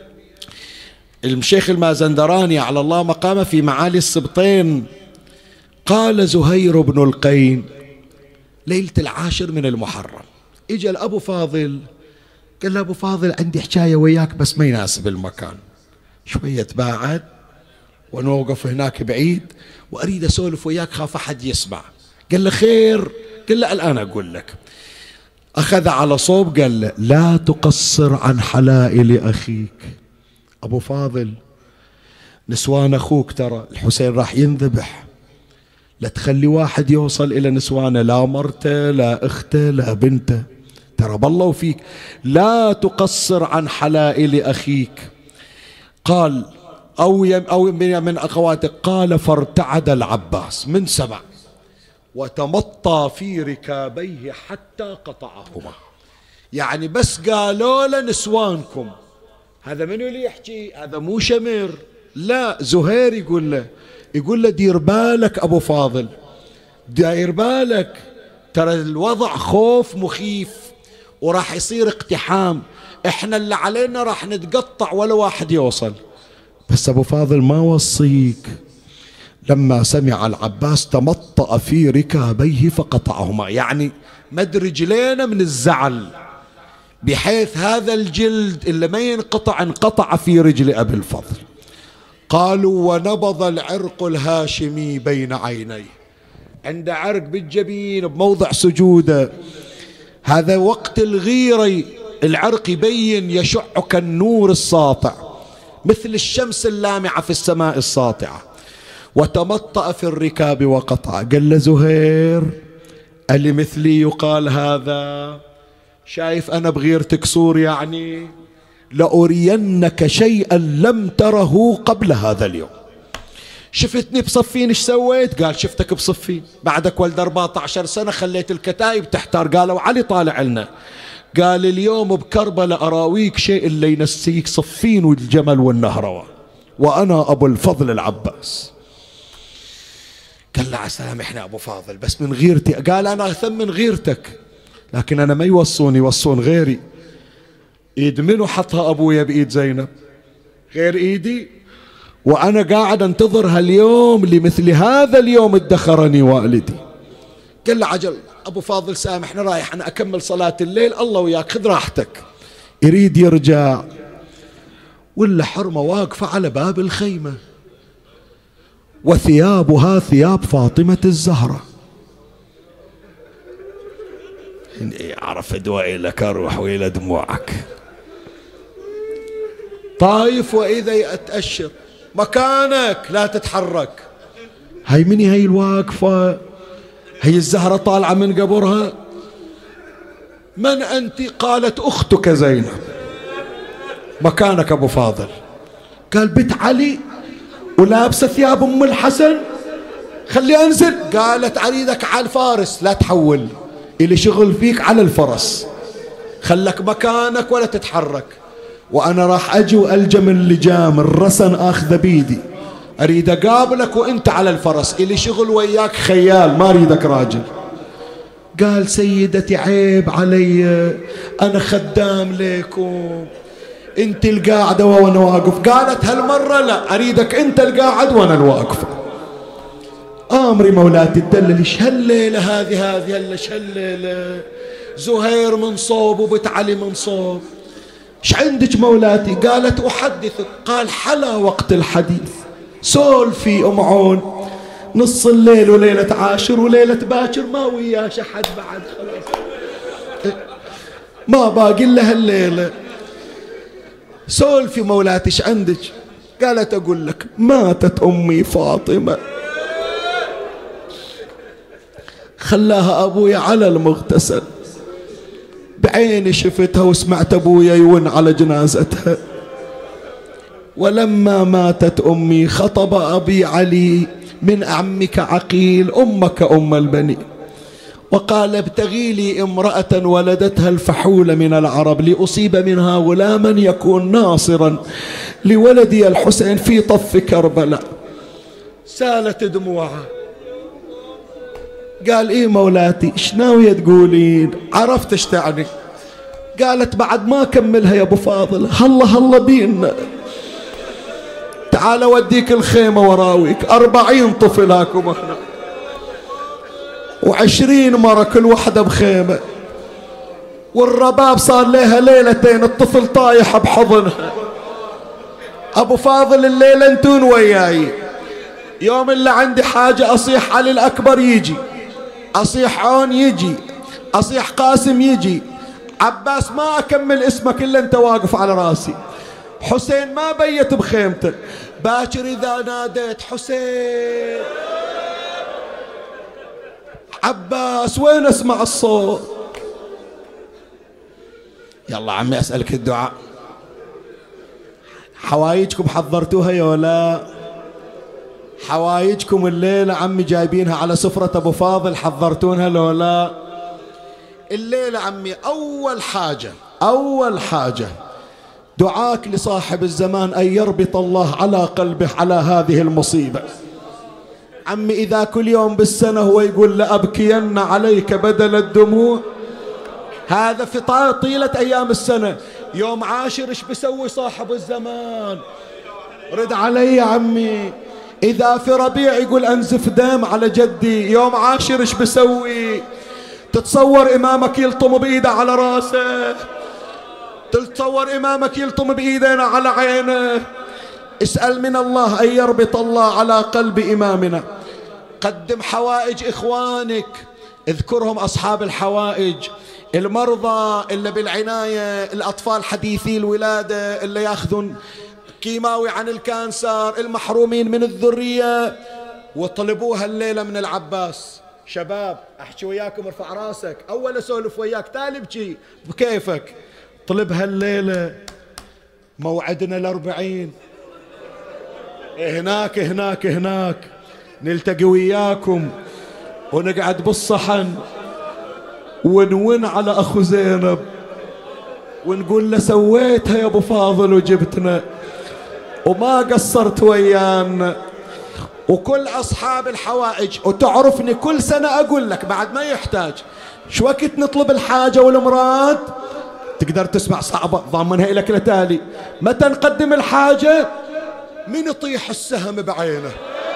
الشيخ المازندراني على الله مقامه في معالي السبطين. قال زهير بن القين ليلة العاشر من المحرم اجى لأبو فاضل، قال له أبو فاضل عندي حكاية وياك بس ما يناسب المكان، شوية تباعد ونوقف هناك بعيد وأريد أسولف وياك خاف أحد يسمع. قال له خير؟ قال له الآن أقول لك. أخذ على صوب قال له لا تقصر عن حلائل أخيك. أبو فاضل نسوان أخوك ترى الحسين راح ينذبح، لا تخلي واحد يوصل إلى نسوانه، لا مرته لا أخته لا بنته، ترى بالله وفيك لا تقصر عن حلائل أخيك. قال أو أو من أخواتك، قال فارتعد العباس من سمع وتمطى في ركابيه حتى قطعهما. يعني بس قالوا له نسوانكم، هذا منو اللي يحكي؟ هذا مو شمر، لا زهير يقول له، يقول له دير بالك أبو فاضل، دير بالك، ترى الوضع خوف مخيف وراح يصير اقتحام، احنا اللي علينا راح نتقطع ولا واحد يوصل. بس أبو فاضل ما وصيك. لما سمع العباس تمطأ في ركابيه فقطعهما، يعني مد رجلينا من الزعل، بحيث هذا الجلد اللي ما ينقطع انقطع في رجل أبي الفضل. قالوا ونبض العرق الهاشمي بين عينيه، عند عرق بالجبين بموضع سجوده، هذا وقت الغيرة، العرق يبين يشع كالنور الساطع مثل الشمس اللامعة في السماء الساطعة. وتمطأ في الركاب وقطع. قال له زهير ألي مثلي يقال هذا؟ شايف أنا بغيرتك صور يعني؟ لأرينك شيئا لم تره قبل هذا اليوم. شفتني بصفين ايش سويت؟ قال شفتك بصفين، بعدك ولد أربعة عشر سنة خليت الكتائب تحتار. قالوا علي طالع لنا، قال اليوم بكربلاء أراويك شيء اللي ينسيك صفين والجمل والنهروان، وأنا أبو الفضل العباس. قال له سامحنا أبو فاضل بس من غيرتي. قال أنا أثم من غيرتك، لكن أنا ما يوصوني، يوصون غيري. إيد منو حطها أبويا بإيد زينب غير إيدي؟ وأنا قاعد انتظر هاليوم، لمثل هذا اليوم ادخرني والدي. قال له عجل أبو فاضل سامحنا، رايح أنا أكمل صلاة الليل، الله وياك خذ راحتك. يريد يرجع، ولا حرمة واقفة على باب الخيمة وثيابها ثياب فاطمة الزهرة. عرف دواء لك أروح وإلى دموعك. طايف وإذا أتأشر مكانك لا تتحرك. هاي مني هاي الواقفة؟ هي الزهرة طالعة من قبرها. من أنت؟ قالت أختك زينب. مكانك أبو فاضل. قال بنت علي ولابسة ثياب أم الحسن، خلي أنزل. قالت أريدك على الفارس، لا تحول، إلي شغل فيك على الفرس، خلك مكانك ولا تتحرك، وأنا راح أجي وألجم اللجام الرسن آخذ بيدي، أريد أقابلك وأنت على الفرس، إلي شغل وياك خيال، ما أريدك راجل. قال سيدتي عيب علي، أنا خدام لكم، أنت القاعدة وأنا واقف. قالت هالمرة لا، أريدك أنت القاعد وأنا الواقفة. آمري مولاتي تدلل. إيش هالليلة هذه هذه هلا إيش هالليلة؟ زهير من صوب وبنت علي من صوب، إيش عندك مولاتي؟ قالت أحدثك. قال حلا وقت الحديث، سولفي أم عون، نص الليل وليلة عاشر وليلة باكر ما وياش أحد بعد، خلاص ما باقي إلا هالليلة. سولفي مولاتي إيش عندك؟ قالت أقول لك ماتت أمي فاطمة، خلاها أبويا على المغتسل، بعيني شفتها وسمعت أبويا يون على جنازتها. ولما ماتت أمي خطب أبي علي من عمك عقيل أمك أم البنين، وقال ابتغي لي امرأة ولدتها الفحول من العرب لأصيب منها غلاما يكون ناصرا لولدي الحسين في طف كربلاء. سالت دموعها. قال إيه مولاتي إيش ناوية تقولين؟ عرفت إيش تعني؟ قالت بعد ما كملها يا أبو فاضل، هلا هلا بينا، تعال وديك الخيمة وراويك، أربعين طفل هاكم احنا وعشرين مرة كل واحدة بخيمة، والرباب صار لها ليلتين الطفل طايح بحضنها. أبو فاضل الليلة انتون وياي، يوم اللي عندي حاجة أصيح علي الأكبر يجي، أصيح عون يجي، أصيح قاسم يجي، عباس ما أكمل اسمك إلا أنت واقف على راسي، حسين ما بيت بخيمته، باكر إذا ناديت حسين عباس وين أسمع الصوت؟ يلا عمي أسألك الدعاء، حوايجكم حضرتوها يا ولا؟ حوايجكم الليلة عمي جايبينها على سفرة أبو فاضل، حضرتونها لو لا؟ الليلة عمي أول حاجة أول حاجة دعاك لصاحب الزمان أن يربط الله على قلبه على هذه المصيبة. عمي إذا كل يوم بالسنة هو يقول لأبكين عليك بدل الدموع، هذا في طيلة أيام السنة، يوم عاشر إيش بيسوي صاحب الزمان؟ رد علي يا عمي. إذا في ربيع يقول أنزف دم على جدي، يوم عاشر إيش بيسوي؟ تتصور إمامك يلطم بإيده على راسه؟ تتصور إمامك يلطم بإيدينا على عينه؟ اسأل من الله أن يربط الله على قلب إمامنا. قدم حوائج إخوانك، اذكرهم أصحاب الحوائج، المرضى اللي بالعناية، الأطفال حديثي الولادة اللي يأخذون كيماوي عن الكانسر، المحرومين من الذرية، وطلبوها الليلة من العباس. شباب أحكي وياكم، ارفع راسك، أول أسولف وياك تالي بكي بكيفك، طلبها الليلة. موعدنا الأربعين، هناك هناك هناك نلتقي وياكم ونقعد بالصحن ونون على أخو زينب ونقول له سويتها يا أبو فاضل وجبتنا وما قصرت ويانا. وكل أصحاب الحوائج، وتعرفني كل سنة أقول لك بعد ما يحتاج شو وقت نطلب الحاجة والمراد تقدر تسمع صعبة ضامنها إلك لتالي. متى نقدم الحاجة؟ من يطيح السهم بعينه.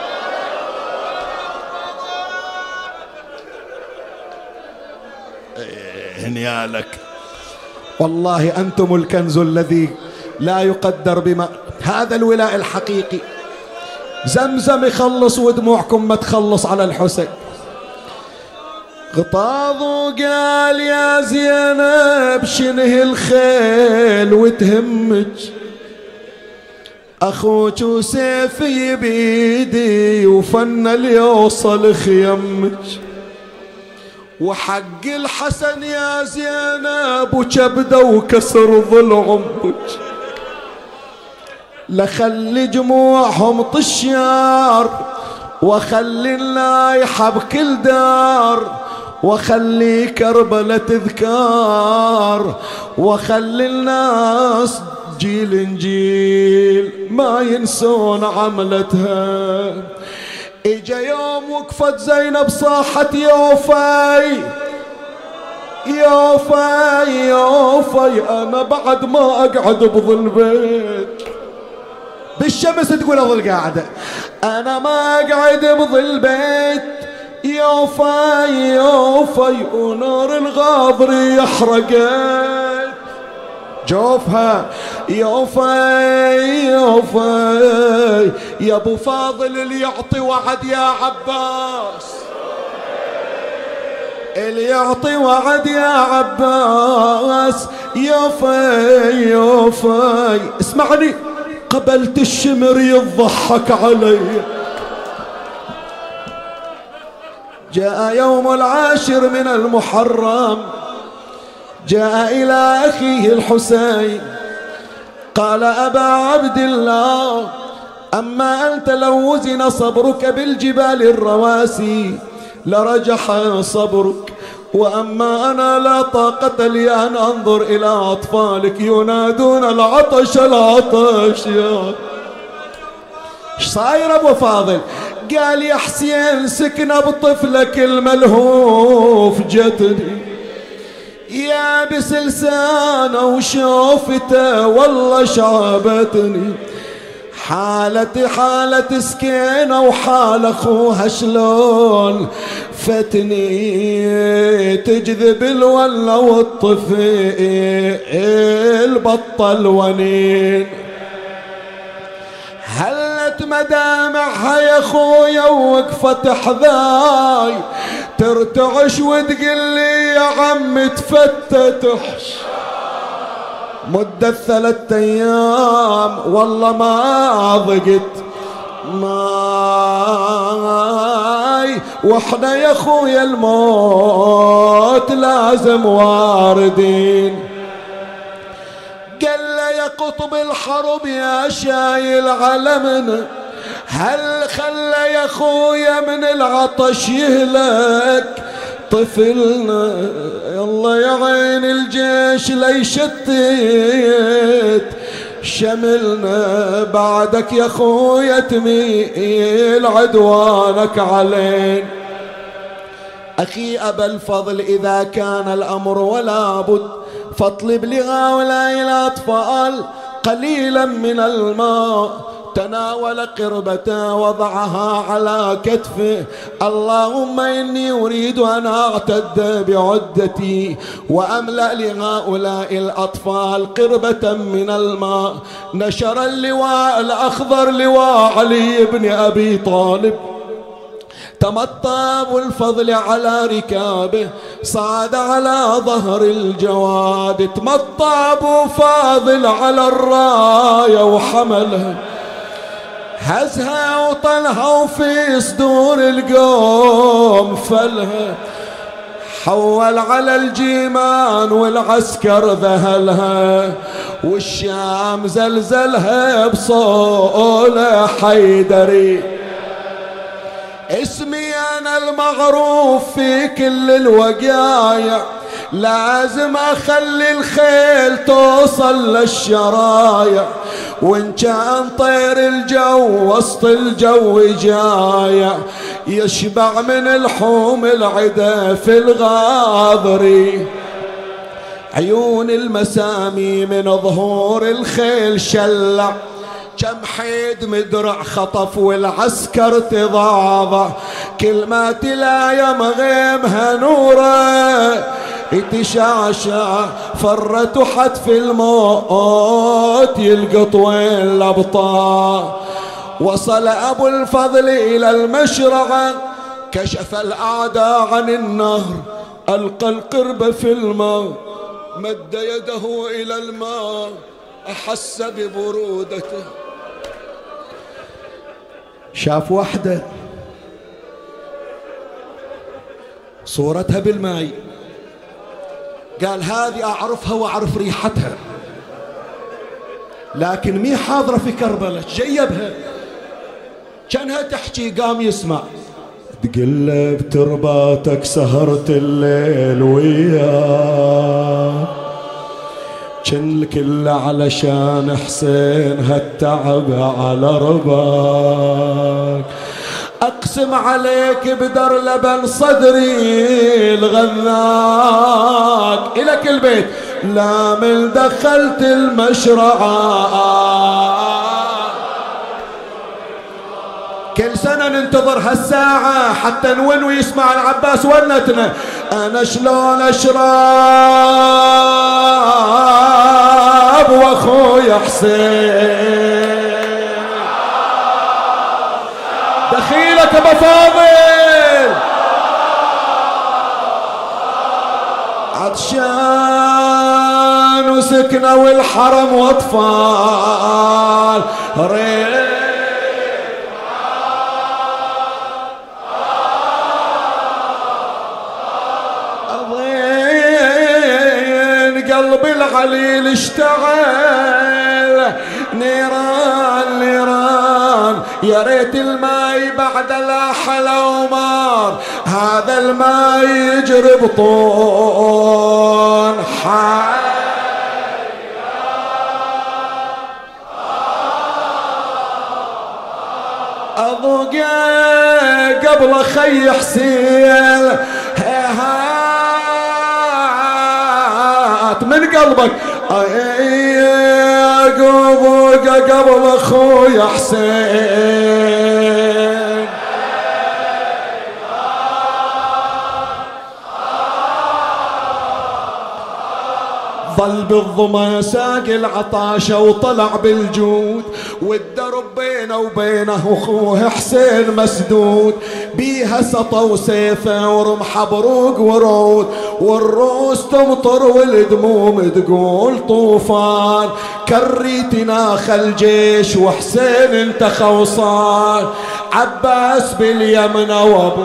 هنيالك والله أنتم الكنز الذي لا يقدر بما، هذا الولاء الحقيقي. زمزم يخلص ودموعكم ما تخلص على الحسين. غطاض وقال يا زينب شنه الخيل وتهمج، أخوك وسيفي بيدي وفن ليوصل خيمك، وحق الحسن يا زينب وكبده وكسر ضلعمك، لخلي جموعهم طشيار وخلي اللايحة بكل دار، وخلي كربلة تذكار، وخلي الناس جيل جيل ما ينسون عملتها. اجا يوم وقفت زينب صاحت يوفي يوفي يوفي، انا بعد ما اقعد بظل بيت بالشمس تقول اظل قاعدة، انا ما اقعد بظل بيت يوفي يوفي، ونور الغاضر يحرقت جوفها يوفي يوفي، يا ابو فاضل اللي يعطي وعد يا عباس، اللي يعطي وعد يا عباس يوفي يوفي. اسمعني، قبلت الشمر يضحك علي. جاء يوم العاشر من المحرم، جاء إلى أخيه الحسين قال أبا عبد الله، أما أنت لو وزن صبرك بالجبال الرواسي لرجح صبرك، وأما أنا لا طاقة لي أن أنظر إلى أطفالك ينادون العطش العطش. يا ايش صاير أبو فاضل؟ قال يا حسين سكنة بطفلك الملهوف جتني، يابس لسانه وشوفته والله شعبتني، حالتي حالة سكينة وحال اخوها شلون فتني، تجذب الولا والطفيل بطل ونين، هلت مدامعها يا خويا ووقفت حذاي ترتعش وتقول لي يا عم تفتتح. مدة ثلاثة أيام والله ما ضقت ماي، واحنا يا خويا الموت لازم واردين. قال له يا قطب الحرب يا شايل علمنا، هل خلى يا خويا من العطش يهلك طفلنا؟ يلا يا عين الجيش ليشتت شملنا، بعدك يا خويا تميل عدوانك علينا. أخي أبا الفضل إذا كان الأمر ولا بد فاطلب لهؤلاء الأطفال قليلا من الماء. تناول قربته وضعها على كتفه. اللهم إني أريد أن أعتد بعدتي وأملأ لهؤلاء الأطفال قربة من الماء. نشر اللواء الأخضر لواء علي بن أبي طالب، تمطى أبو الفضل على ركابه، صعد على ظهر الجواد، تمطى أبو فاضل على الراية وحملها، هزها وطلها وفي صدور القوم فلها، حول على الجيمان والعسكر ذهلها، والشام زلزلها بصولة حيدري. اسمي أنا المعروف في كل الوقايع، لازم أخلي الخيل توصل للشرايع، وإن كان طير الجو وسط الجو جايع، يشبع من الحوم العدا في الغاضري. عيون المسامي من ظهور الخيل شلع، كم حيد مدرع خطف والعسكر تضاضع، كلمات لا يمغيمها نوره يتشعشع، فرت وحد في الموت يلقط وين الأبطال. وصل أبو الفضل إلى المشرعة، كشف الأعداء عن النهر، ألقى القرب في الماء، مد يده إلى الماء، أحس ببرودته. شاف وحدة صورتها بالماء، قال هذه أعرفها وأعرف ريحتها، لكن مي حاضرة في كربلاء. جيبها كانها تحكي، قام يسمع تقلب ترباتك سهرت الليل وياك، كن الكل علشان حسين هالتعب على رباك، أقسم عليك بدر لبن صدري الغذاك. إلك البيت لا من دخلت المشرعة، كل سنة ننتظر هالساعة حتى نون ويسمع العباس ونتنا. أنا شلون أشرب وأخويا حسين؟ دخيلك أبا فاضل عطشان وسكنة والحرم واطفال ريت اضين قلب العليل اشتغل نيران نيران يا ريت الماي بعد لا حلا ومار هذا الماي يجري بطون حي أضوق قبل خي حسين هات من قلبك أضوق قبل أخويا حسين ظل بالظما ساق العطاشة وطلع بالجود والدرب بينه وبينه أخوه حسين مسدود بيها سطوا سيفه ورمحه بروق ورود، والروس تمطر والدموم تقول طوفان. كريتنا خل جيش وحسين انت خوصان، عباس باليمن وابو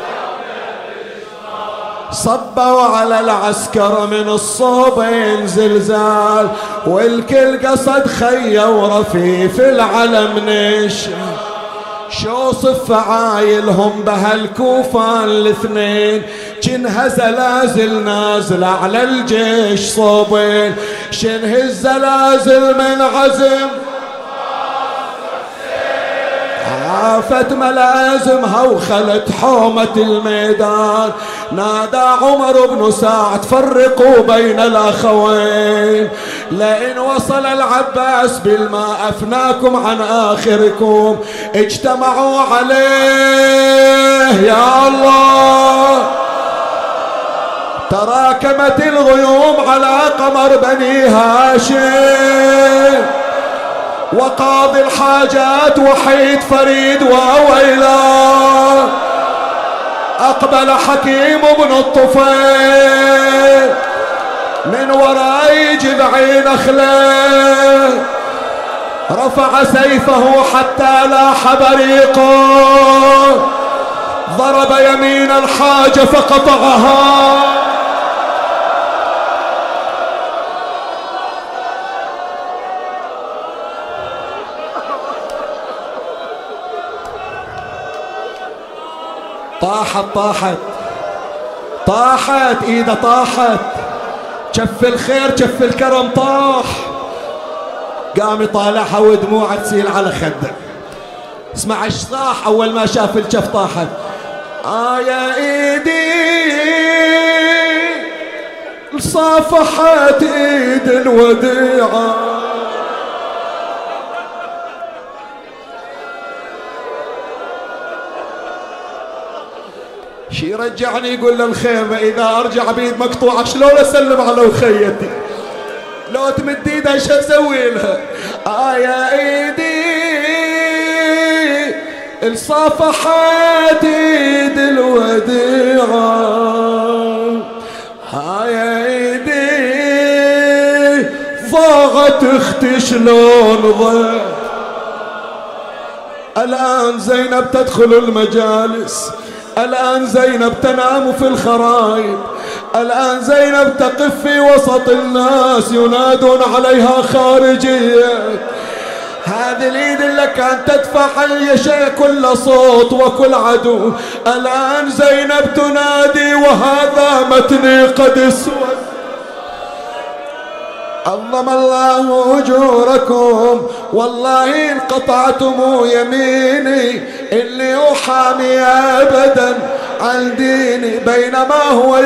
صبوا على العسكر من الصوبين زلزال، والكل قصد خيه ورفيف العلم نش. شوصف فعايلهم بهالكوفان الاثنين، جنها زلازل نازل على الجيش صوبين. شنه الزلازل من عزم عافت ملازمها وخلت حومة الميدان. نادى عمر بن سعد فرقوا بين الأخوين، لئن وصل العباس بالماء أفناكم عن آخركم. اجتمعوا عليه يا الله، تراكمت الغيوم على قمر بني هاشم، وقاضي الحاجات وحيد فريد وويلا. أقبل حكيم بن الطفيل من وراء جذع نخله، رفع سيفه حتى لاح بريقه، ضرب يمين الحاجة فقطعها. طاحت طاحت طاحت ايده طاحت، جف الخير جف الكرم طاح. قام يطالعها ودموعه تسيل على خده. اسمع ايش صاح اول ما شاف الجف طاحت. آه يا ايدي صافحت ايد الوديعه، شي يرجعني يقول للخيمة إذا أرجع بيد مقطوعة شلون أسلم على أخيتي؟ لو تمد إيدها إيش أسوي لها؟ آه يا إيدي الصافحات إيد الوديعة، آه يا إيدي ضاغت أختي شلون ضاع. الآن زينب تدخل المجالس، الآن زينب تنام في الخرايب، الآن زينب تقف في وسط الناس ينادون عليها خارجية. هذه اليد اللي كانت تدفع اليشاء كل صوت وكل عدو، الآن زينب تنادي وهذا متني قد اسود. عظم الله أجوركم، والله إن قطعتم يميني إني أحامي أبدا عن ديني. بينما هو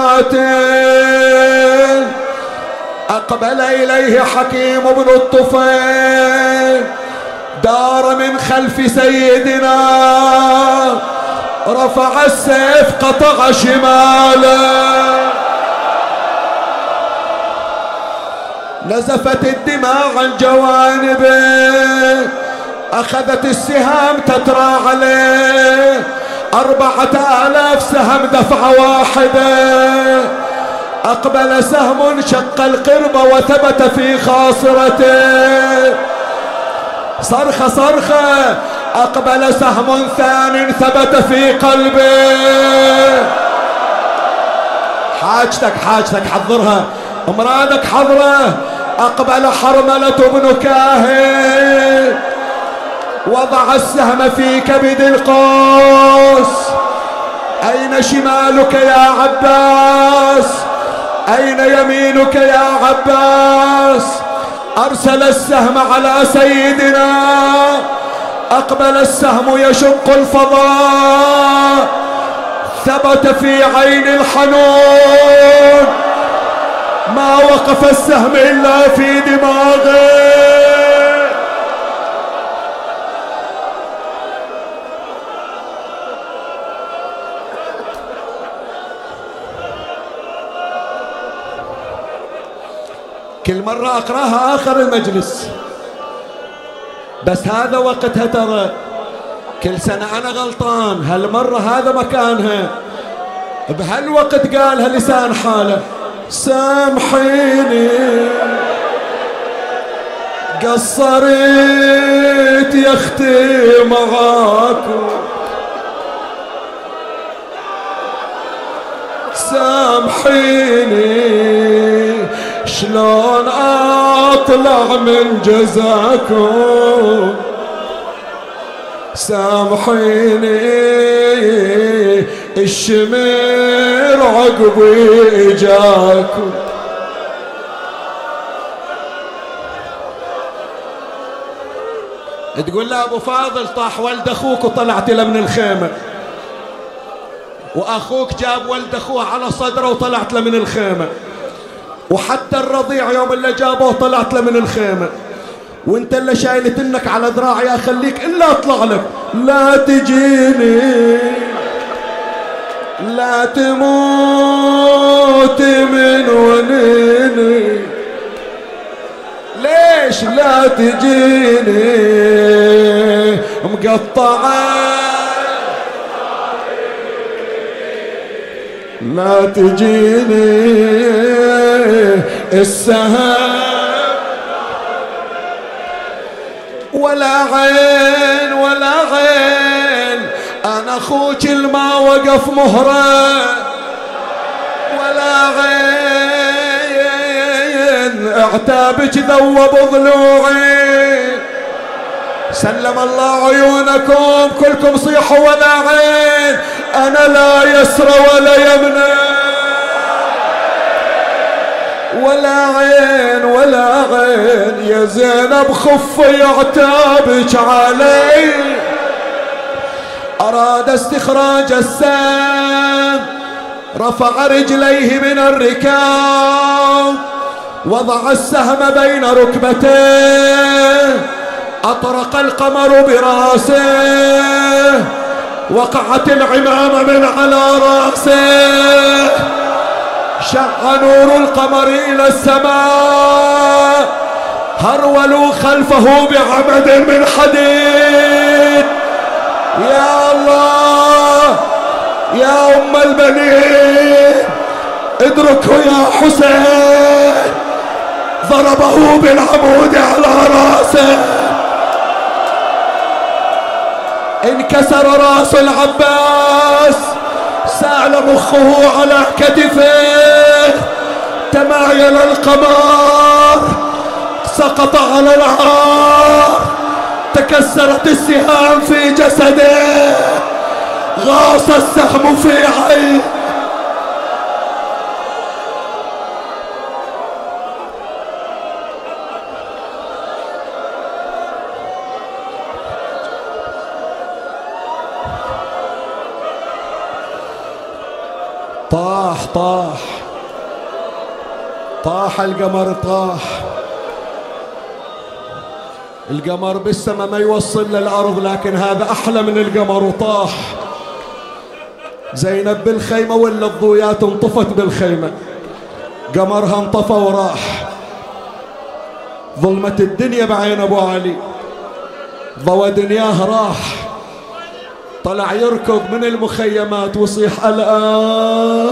يقاتل أقبل إليه حكيم بن الطفيل، دار من خلف سيدنا، رفع السيف قطع شماله، نزفت الدماء عن جوانبه، أخذت السهام تترى عليه، أربعة آلاف سهم دفعة واحدة. أقبل سهم شق القرب وثبت في خاصرته، صرخة صرخة. أقبل سهم ثان ثبت في قلبه. حاجتك حاجتك حضرها، امرادك حضره. أقبل حرملة بن كاهن، وضع السهم في كبد القوس. أين شمالك يا عباس؟ أين يمينك يا عباس؟ أرسل السهم على سيدنا. أقبل السهم يشق الفضاء، ثبت في عين الحنون. ما وقف السهم إلا في دماغه. كل مرة أقرأها آخر المجلس، بس هذا وقتها ترى. كل سنة أنا غلطان، هالمرة هذا مكانها، بهالوقت قالها لسان حاله. سامحيني قصرت يا اختي معاكم، سامحيني شلون اطلع من جزاكم، سامحيني الشمر عقبي اجاكم. تقول له ابو فاضل طاح ولد اخوك وطلعت له من الخيمه، واخوك جاب ولد اخوه على صدره وطلعت له من الخيمه، وحتى الرضيع يوم اللي جابوه طلعت له من الخيمه، وانت اللي شايلتنك على ذراعي اخليك الا اطلع لك. لا تجيني لا تموت من ونيني، ليش لا تجيني مقطعة، لا تجيني السهام ولا عين ولا عين، أنا أخوك الما وقف مهرة ولا عين، اعتابك ذوب ضلوعي، سلم الله عيونكم كلكم صيحوا ولا عين، أنا لا يسرى ولا يمنى ولا عين ولا عين، يا زينب خفي عتابك علي. أراد استخراج السام، رفع رجليه من الركاب، وضع السهم بين ركبتيه، أطرق القمر براسه، وقعت العمامة من على راسه، شع نور القمر إلى السماء، هرولوا خلفه بعمد من حديد. يا الله يا أم البنين ادركوا يا حسين، ضربه بالعمود على راسه، انكسر راس العباس، سال مخه على كتفه، تمايل القمر، سقط على العار، تكسرت السهام في جسده، غاص السهم في عين. طاح طاح طاح القمر، طاح القمر بالسماء ما يوصل للأرض، لكن هذا أحلى من القمر وطاح. زينب بالخيمة ولا الضويات انطفت بالخيمة، قمرها انطفى وراح، ظلمة الدنيا بعين أبو علي، ضوى دنياه راح، طلع يركض من المخيمات وصيح الآن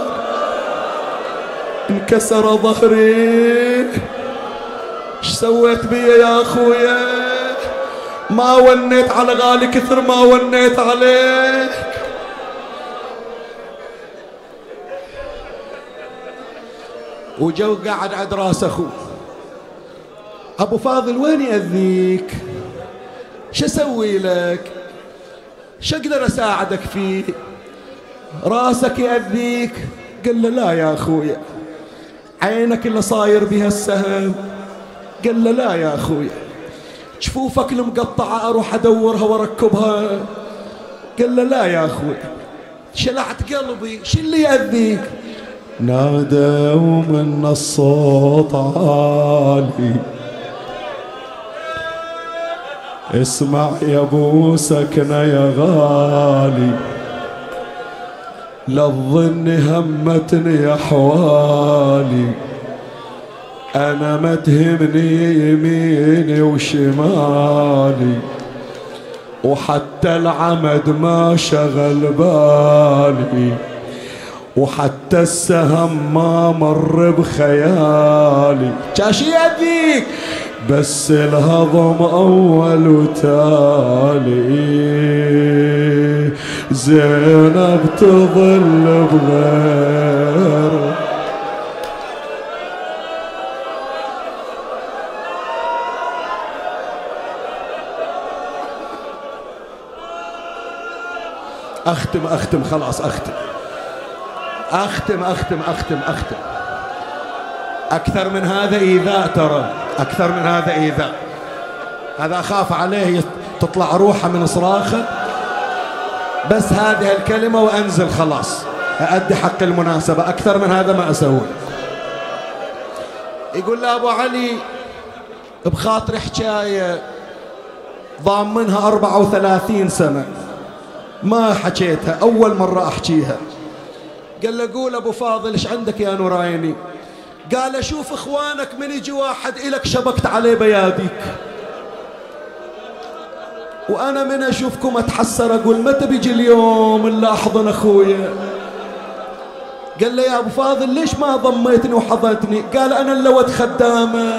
انكسر ظهري، ايش سويت بي يا اخويا، ما ونيت على غالي كثر ما ونيت عليك. وجو قاعد عند راس اخوه، ابو فاضل وين يأذيك، شو اسوي لك، شو اقدر اساعدك فيه، راسك يأذيك. قال له لا يا اخويا، عينك اللي صاير بها السهم. قال له لا يا اخويا، جفوفك المقطعة اروح ادورها واركبها. قال له لا يا اخويا، شلعت قلبي، شو اللي يأذيك. نادى ومن الصوت عالي، اسمع يا ابو سكنة يا غالي، لا تظن همتني احوالي، انا ما تهمني يميني وشمالي، وحتى العمد ما شغل بالي، وحتى السهم ما مر بخيالي. جاشي يديك بس الهضم أول وتالي، زينب تظل بغيره. أختم أختم خلاص أختم أختم أختم أختم أختم أكثر من هذا إيذاء، ترى أكثر من هذا إيذاء. هذا أخاف عليه تطلع روحه من صراخه. بس هذه الكلمة وأنزل خلاص، أؤدي حق المناسبة. أكثر من هذا ما أسوي. يقول له أبو علي بخاطر حكاية ضامنها أربعة وثلاثين سنة ما حكيتها، أول مرة أحكيها. قال له قول أبو فاضل إيش عندك يا نوراني؟ قال أشوف إخوانك من يجي واحد إلك شبكت عليه بياديك، وأنا من أشوفكم أتحسر أقول متى بيجي اليوم اللي أحضن أخويا. قال له يا أبو فاضل ليش ما ضميتني وحضنتني؟ قال أنا اللي خدامة،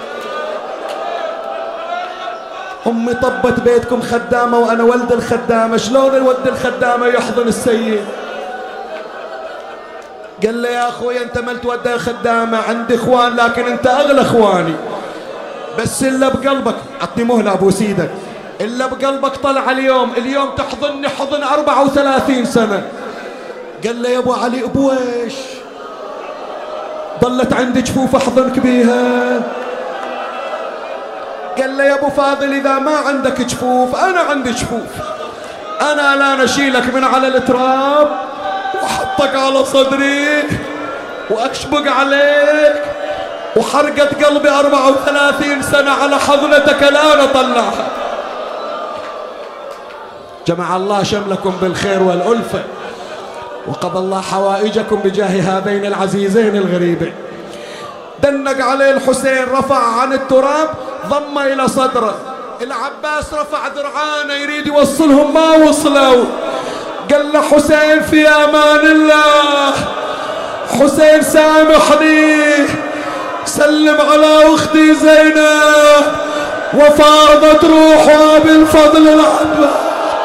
أمي طبت بيتكم خدامة وأنا ولد الخدامة، شلون الولد الخدامة يحضن السيد؟ قال له يا أخوي أنت ما تودي خدامة، عندي إخوان لكن أنت أغلى إخواني، بس إلا بقلبك عطني مهلة أبو سيدك، إلا بقلبك طلع اليوم، اليوم تحضني حضن أربعة وثلاثين سنة. قال له يا أبو علي أبويش ضلت عندي جفوف أحضنك بيها؟ قال له يا أبو فاضل إذا ما عندك جفوف أنا عندي جفوف، أنا لا نشيلك من على التراب وحطك على صدري وأشبق عليك، وحرقت قلبي أربعة وثلاثين سنة على حضنتك لا نطلعها. جمع الله شملكم بالخير والألفة، وقضى الله حوائجكم بجاه هذين العزيزين الغريبين. دنق عليه الحسين، رفع عن التراب ضم إلى صدره. العباس رفع ذرعانه يريد يوصلهم ما وصلوا. قال له حسين في أمان الله، حسين سامحني، سلم على أختي زينب وفاضت روحها بالفضل العباس.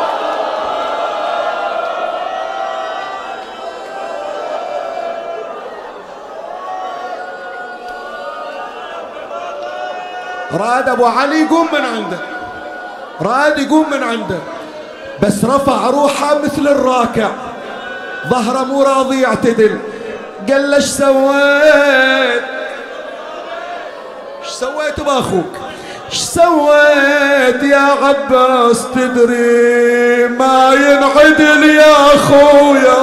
راد أبو علي يقوم من عنده، راد يقوم من عنده، بس رفع روحه مثل الراكع، ظهره مو راضي يعتدل. قال له ايش سويت؟ ايش سويت باخوك؟ ايش سويت يا عباس؟ تدري ما ينعدل يا اخويا.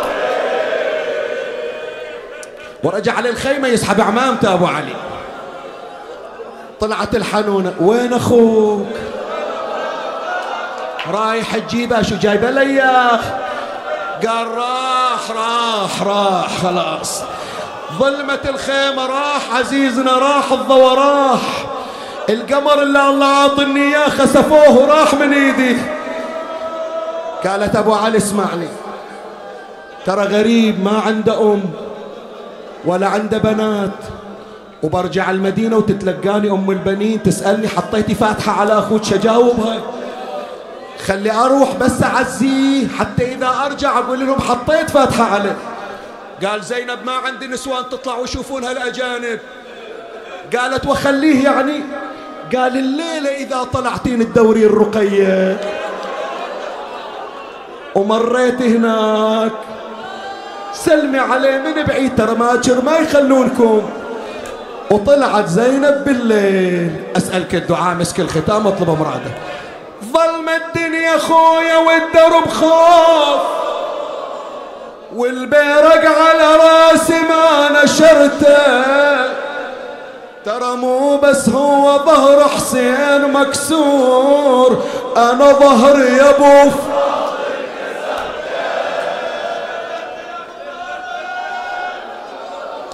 ورجع للخيمة يسحب عمامته أبو علي. طلعت الحنونة وين أخوك؟ رايح تجيبه، شو جايبه لي اياه؟ قال راح راح راح خلاص، ظلمة الخيمة راح عزيزنا، راح الضوء راح، القمر اللي الله عاطني اياه خسفوه وراح من ايدي. قالت ابو علي اسمعني، ترى غريب ما عنده ام ولا عنده بنات، وبرجع المدينة وتتلقاني ام البنين تسألني حطيتي فاتحة على اخوك شجاوبها؟ خلي اروح بس اعزيه حتى اذا ارجع اقول لهم حطيت فاتحة عليه. قال زينب ما عندي نسوان تطلع ويشوفونها الاجانب. قالت وخليه يعني؟ قال الليلة اذا طلعتين الدوري الرقية ومريت هناك سلمي عليه من بعيد، ترى ماجر ما يخلونكم. وطلعت زينب بالليل. اسألك الدعاء مسك الختام اطلب مراده. ظلم الدنيا خويا والدرب خوف، والبيرق على راسي ما نشرته، ترى مو بس هو ظهر حسين مكسور، انا ظهري يا ابو فاضل كسرته.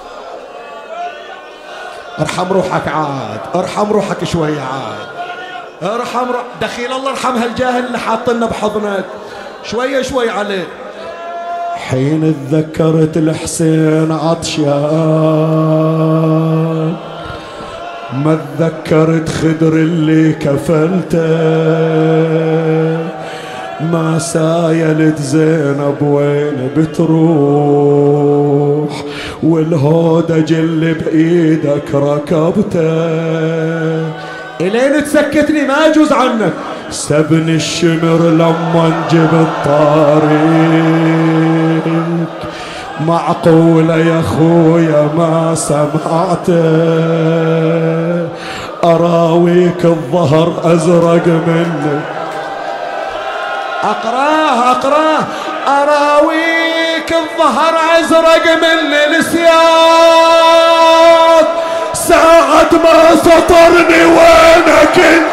ارحم روحك عاد، ارحم روحك شويه عاد. ارحم دخيل الله ارحم هالجاهل اللي حاطنا بحضنك شوية شوي عليه. حين تذكرت الحسين عطشان ما تذكرت خدر اللي كفلته ما سايلت زينب وين بتروح والهودج اللي بإيدك ركبته إلين تسكتني ما يجوز عنك. سبني الشمر لما نجيب الطريق معقولة يا خويا ما سمعته أراويك الظهر أزرق منك. أقراه أقراه أراويك الظهر أزرق من السياط ساعة ما سطرني وينك انت.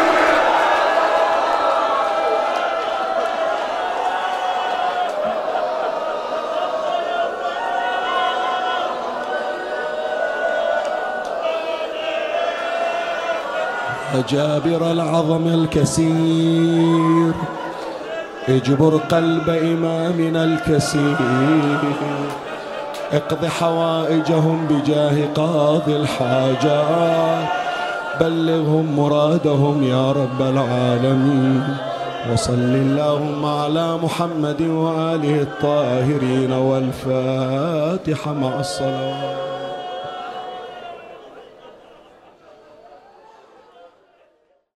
جابر العظم الكسير اجبر قلب إمامنا الكسير اقض حوائجهم بجاه قاضي الحاجات بلغهم مرادهم يا رب العالمين. وصل اللهم على محمد وآله الطاهرين والفاتحة مع الصلوات.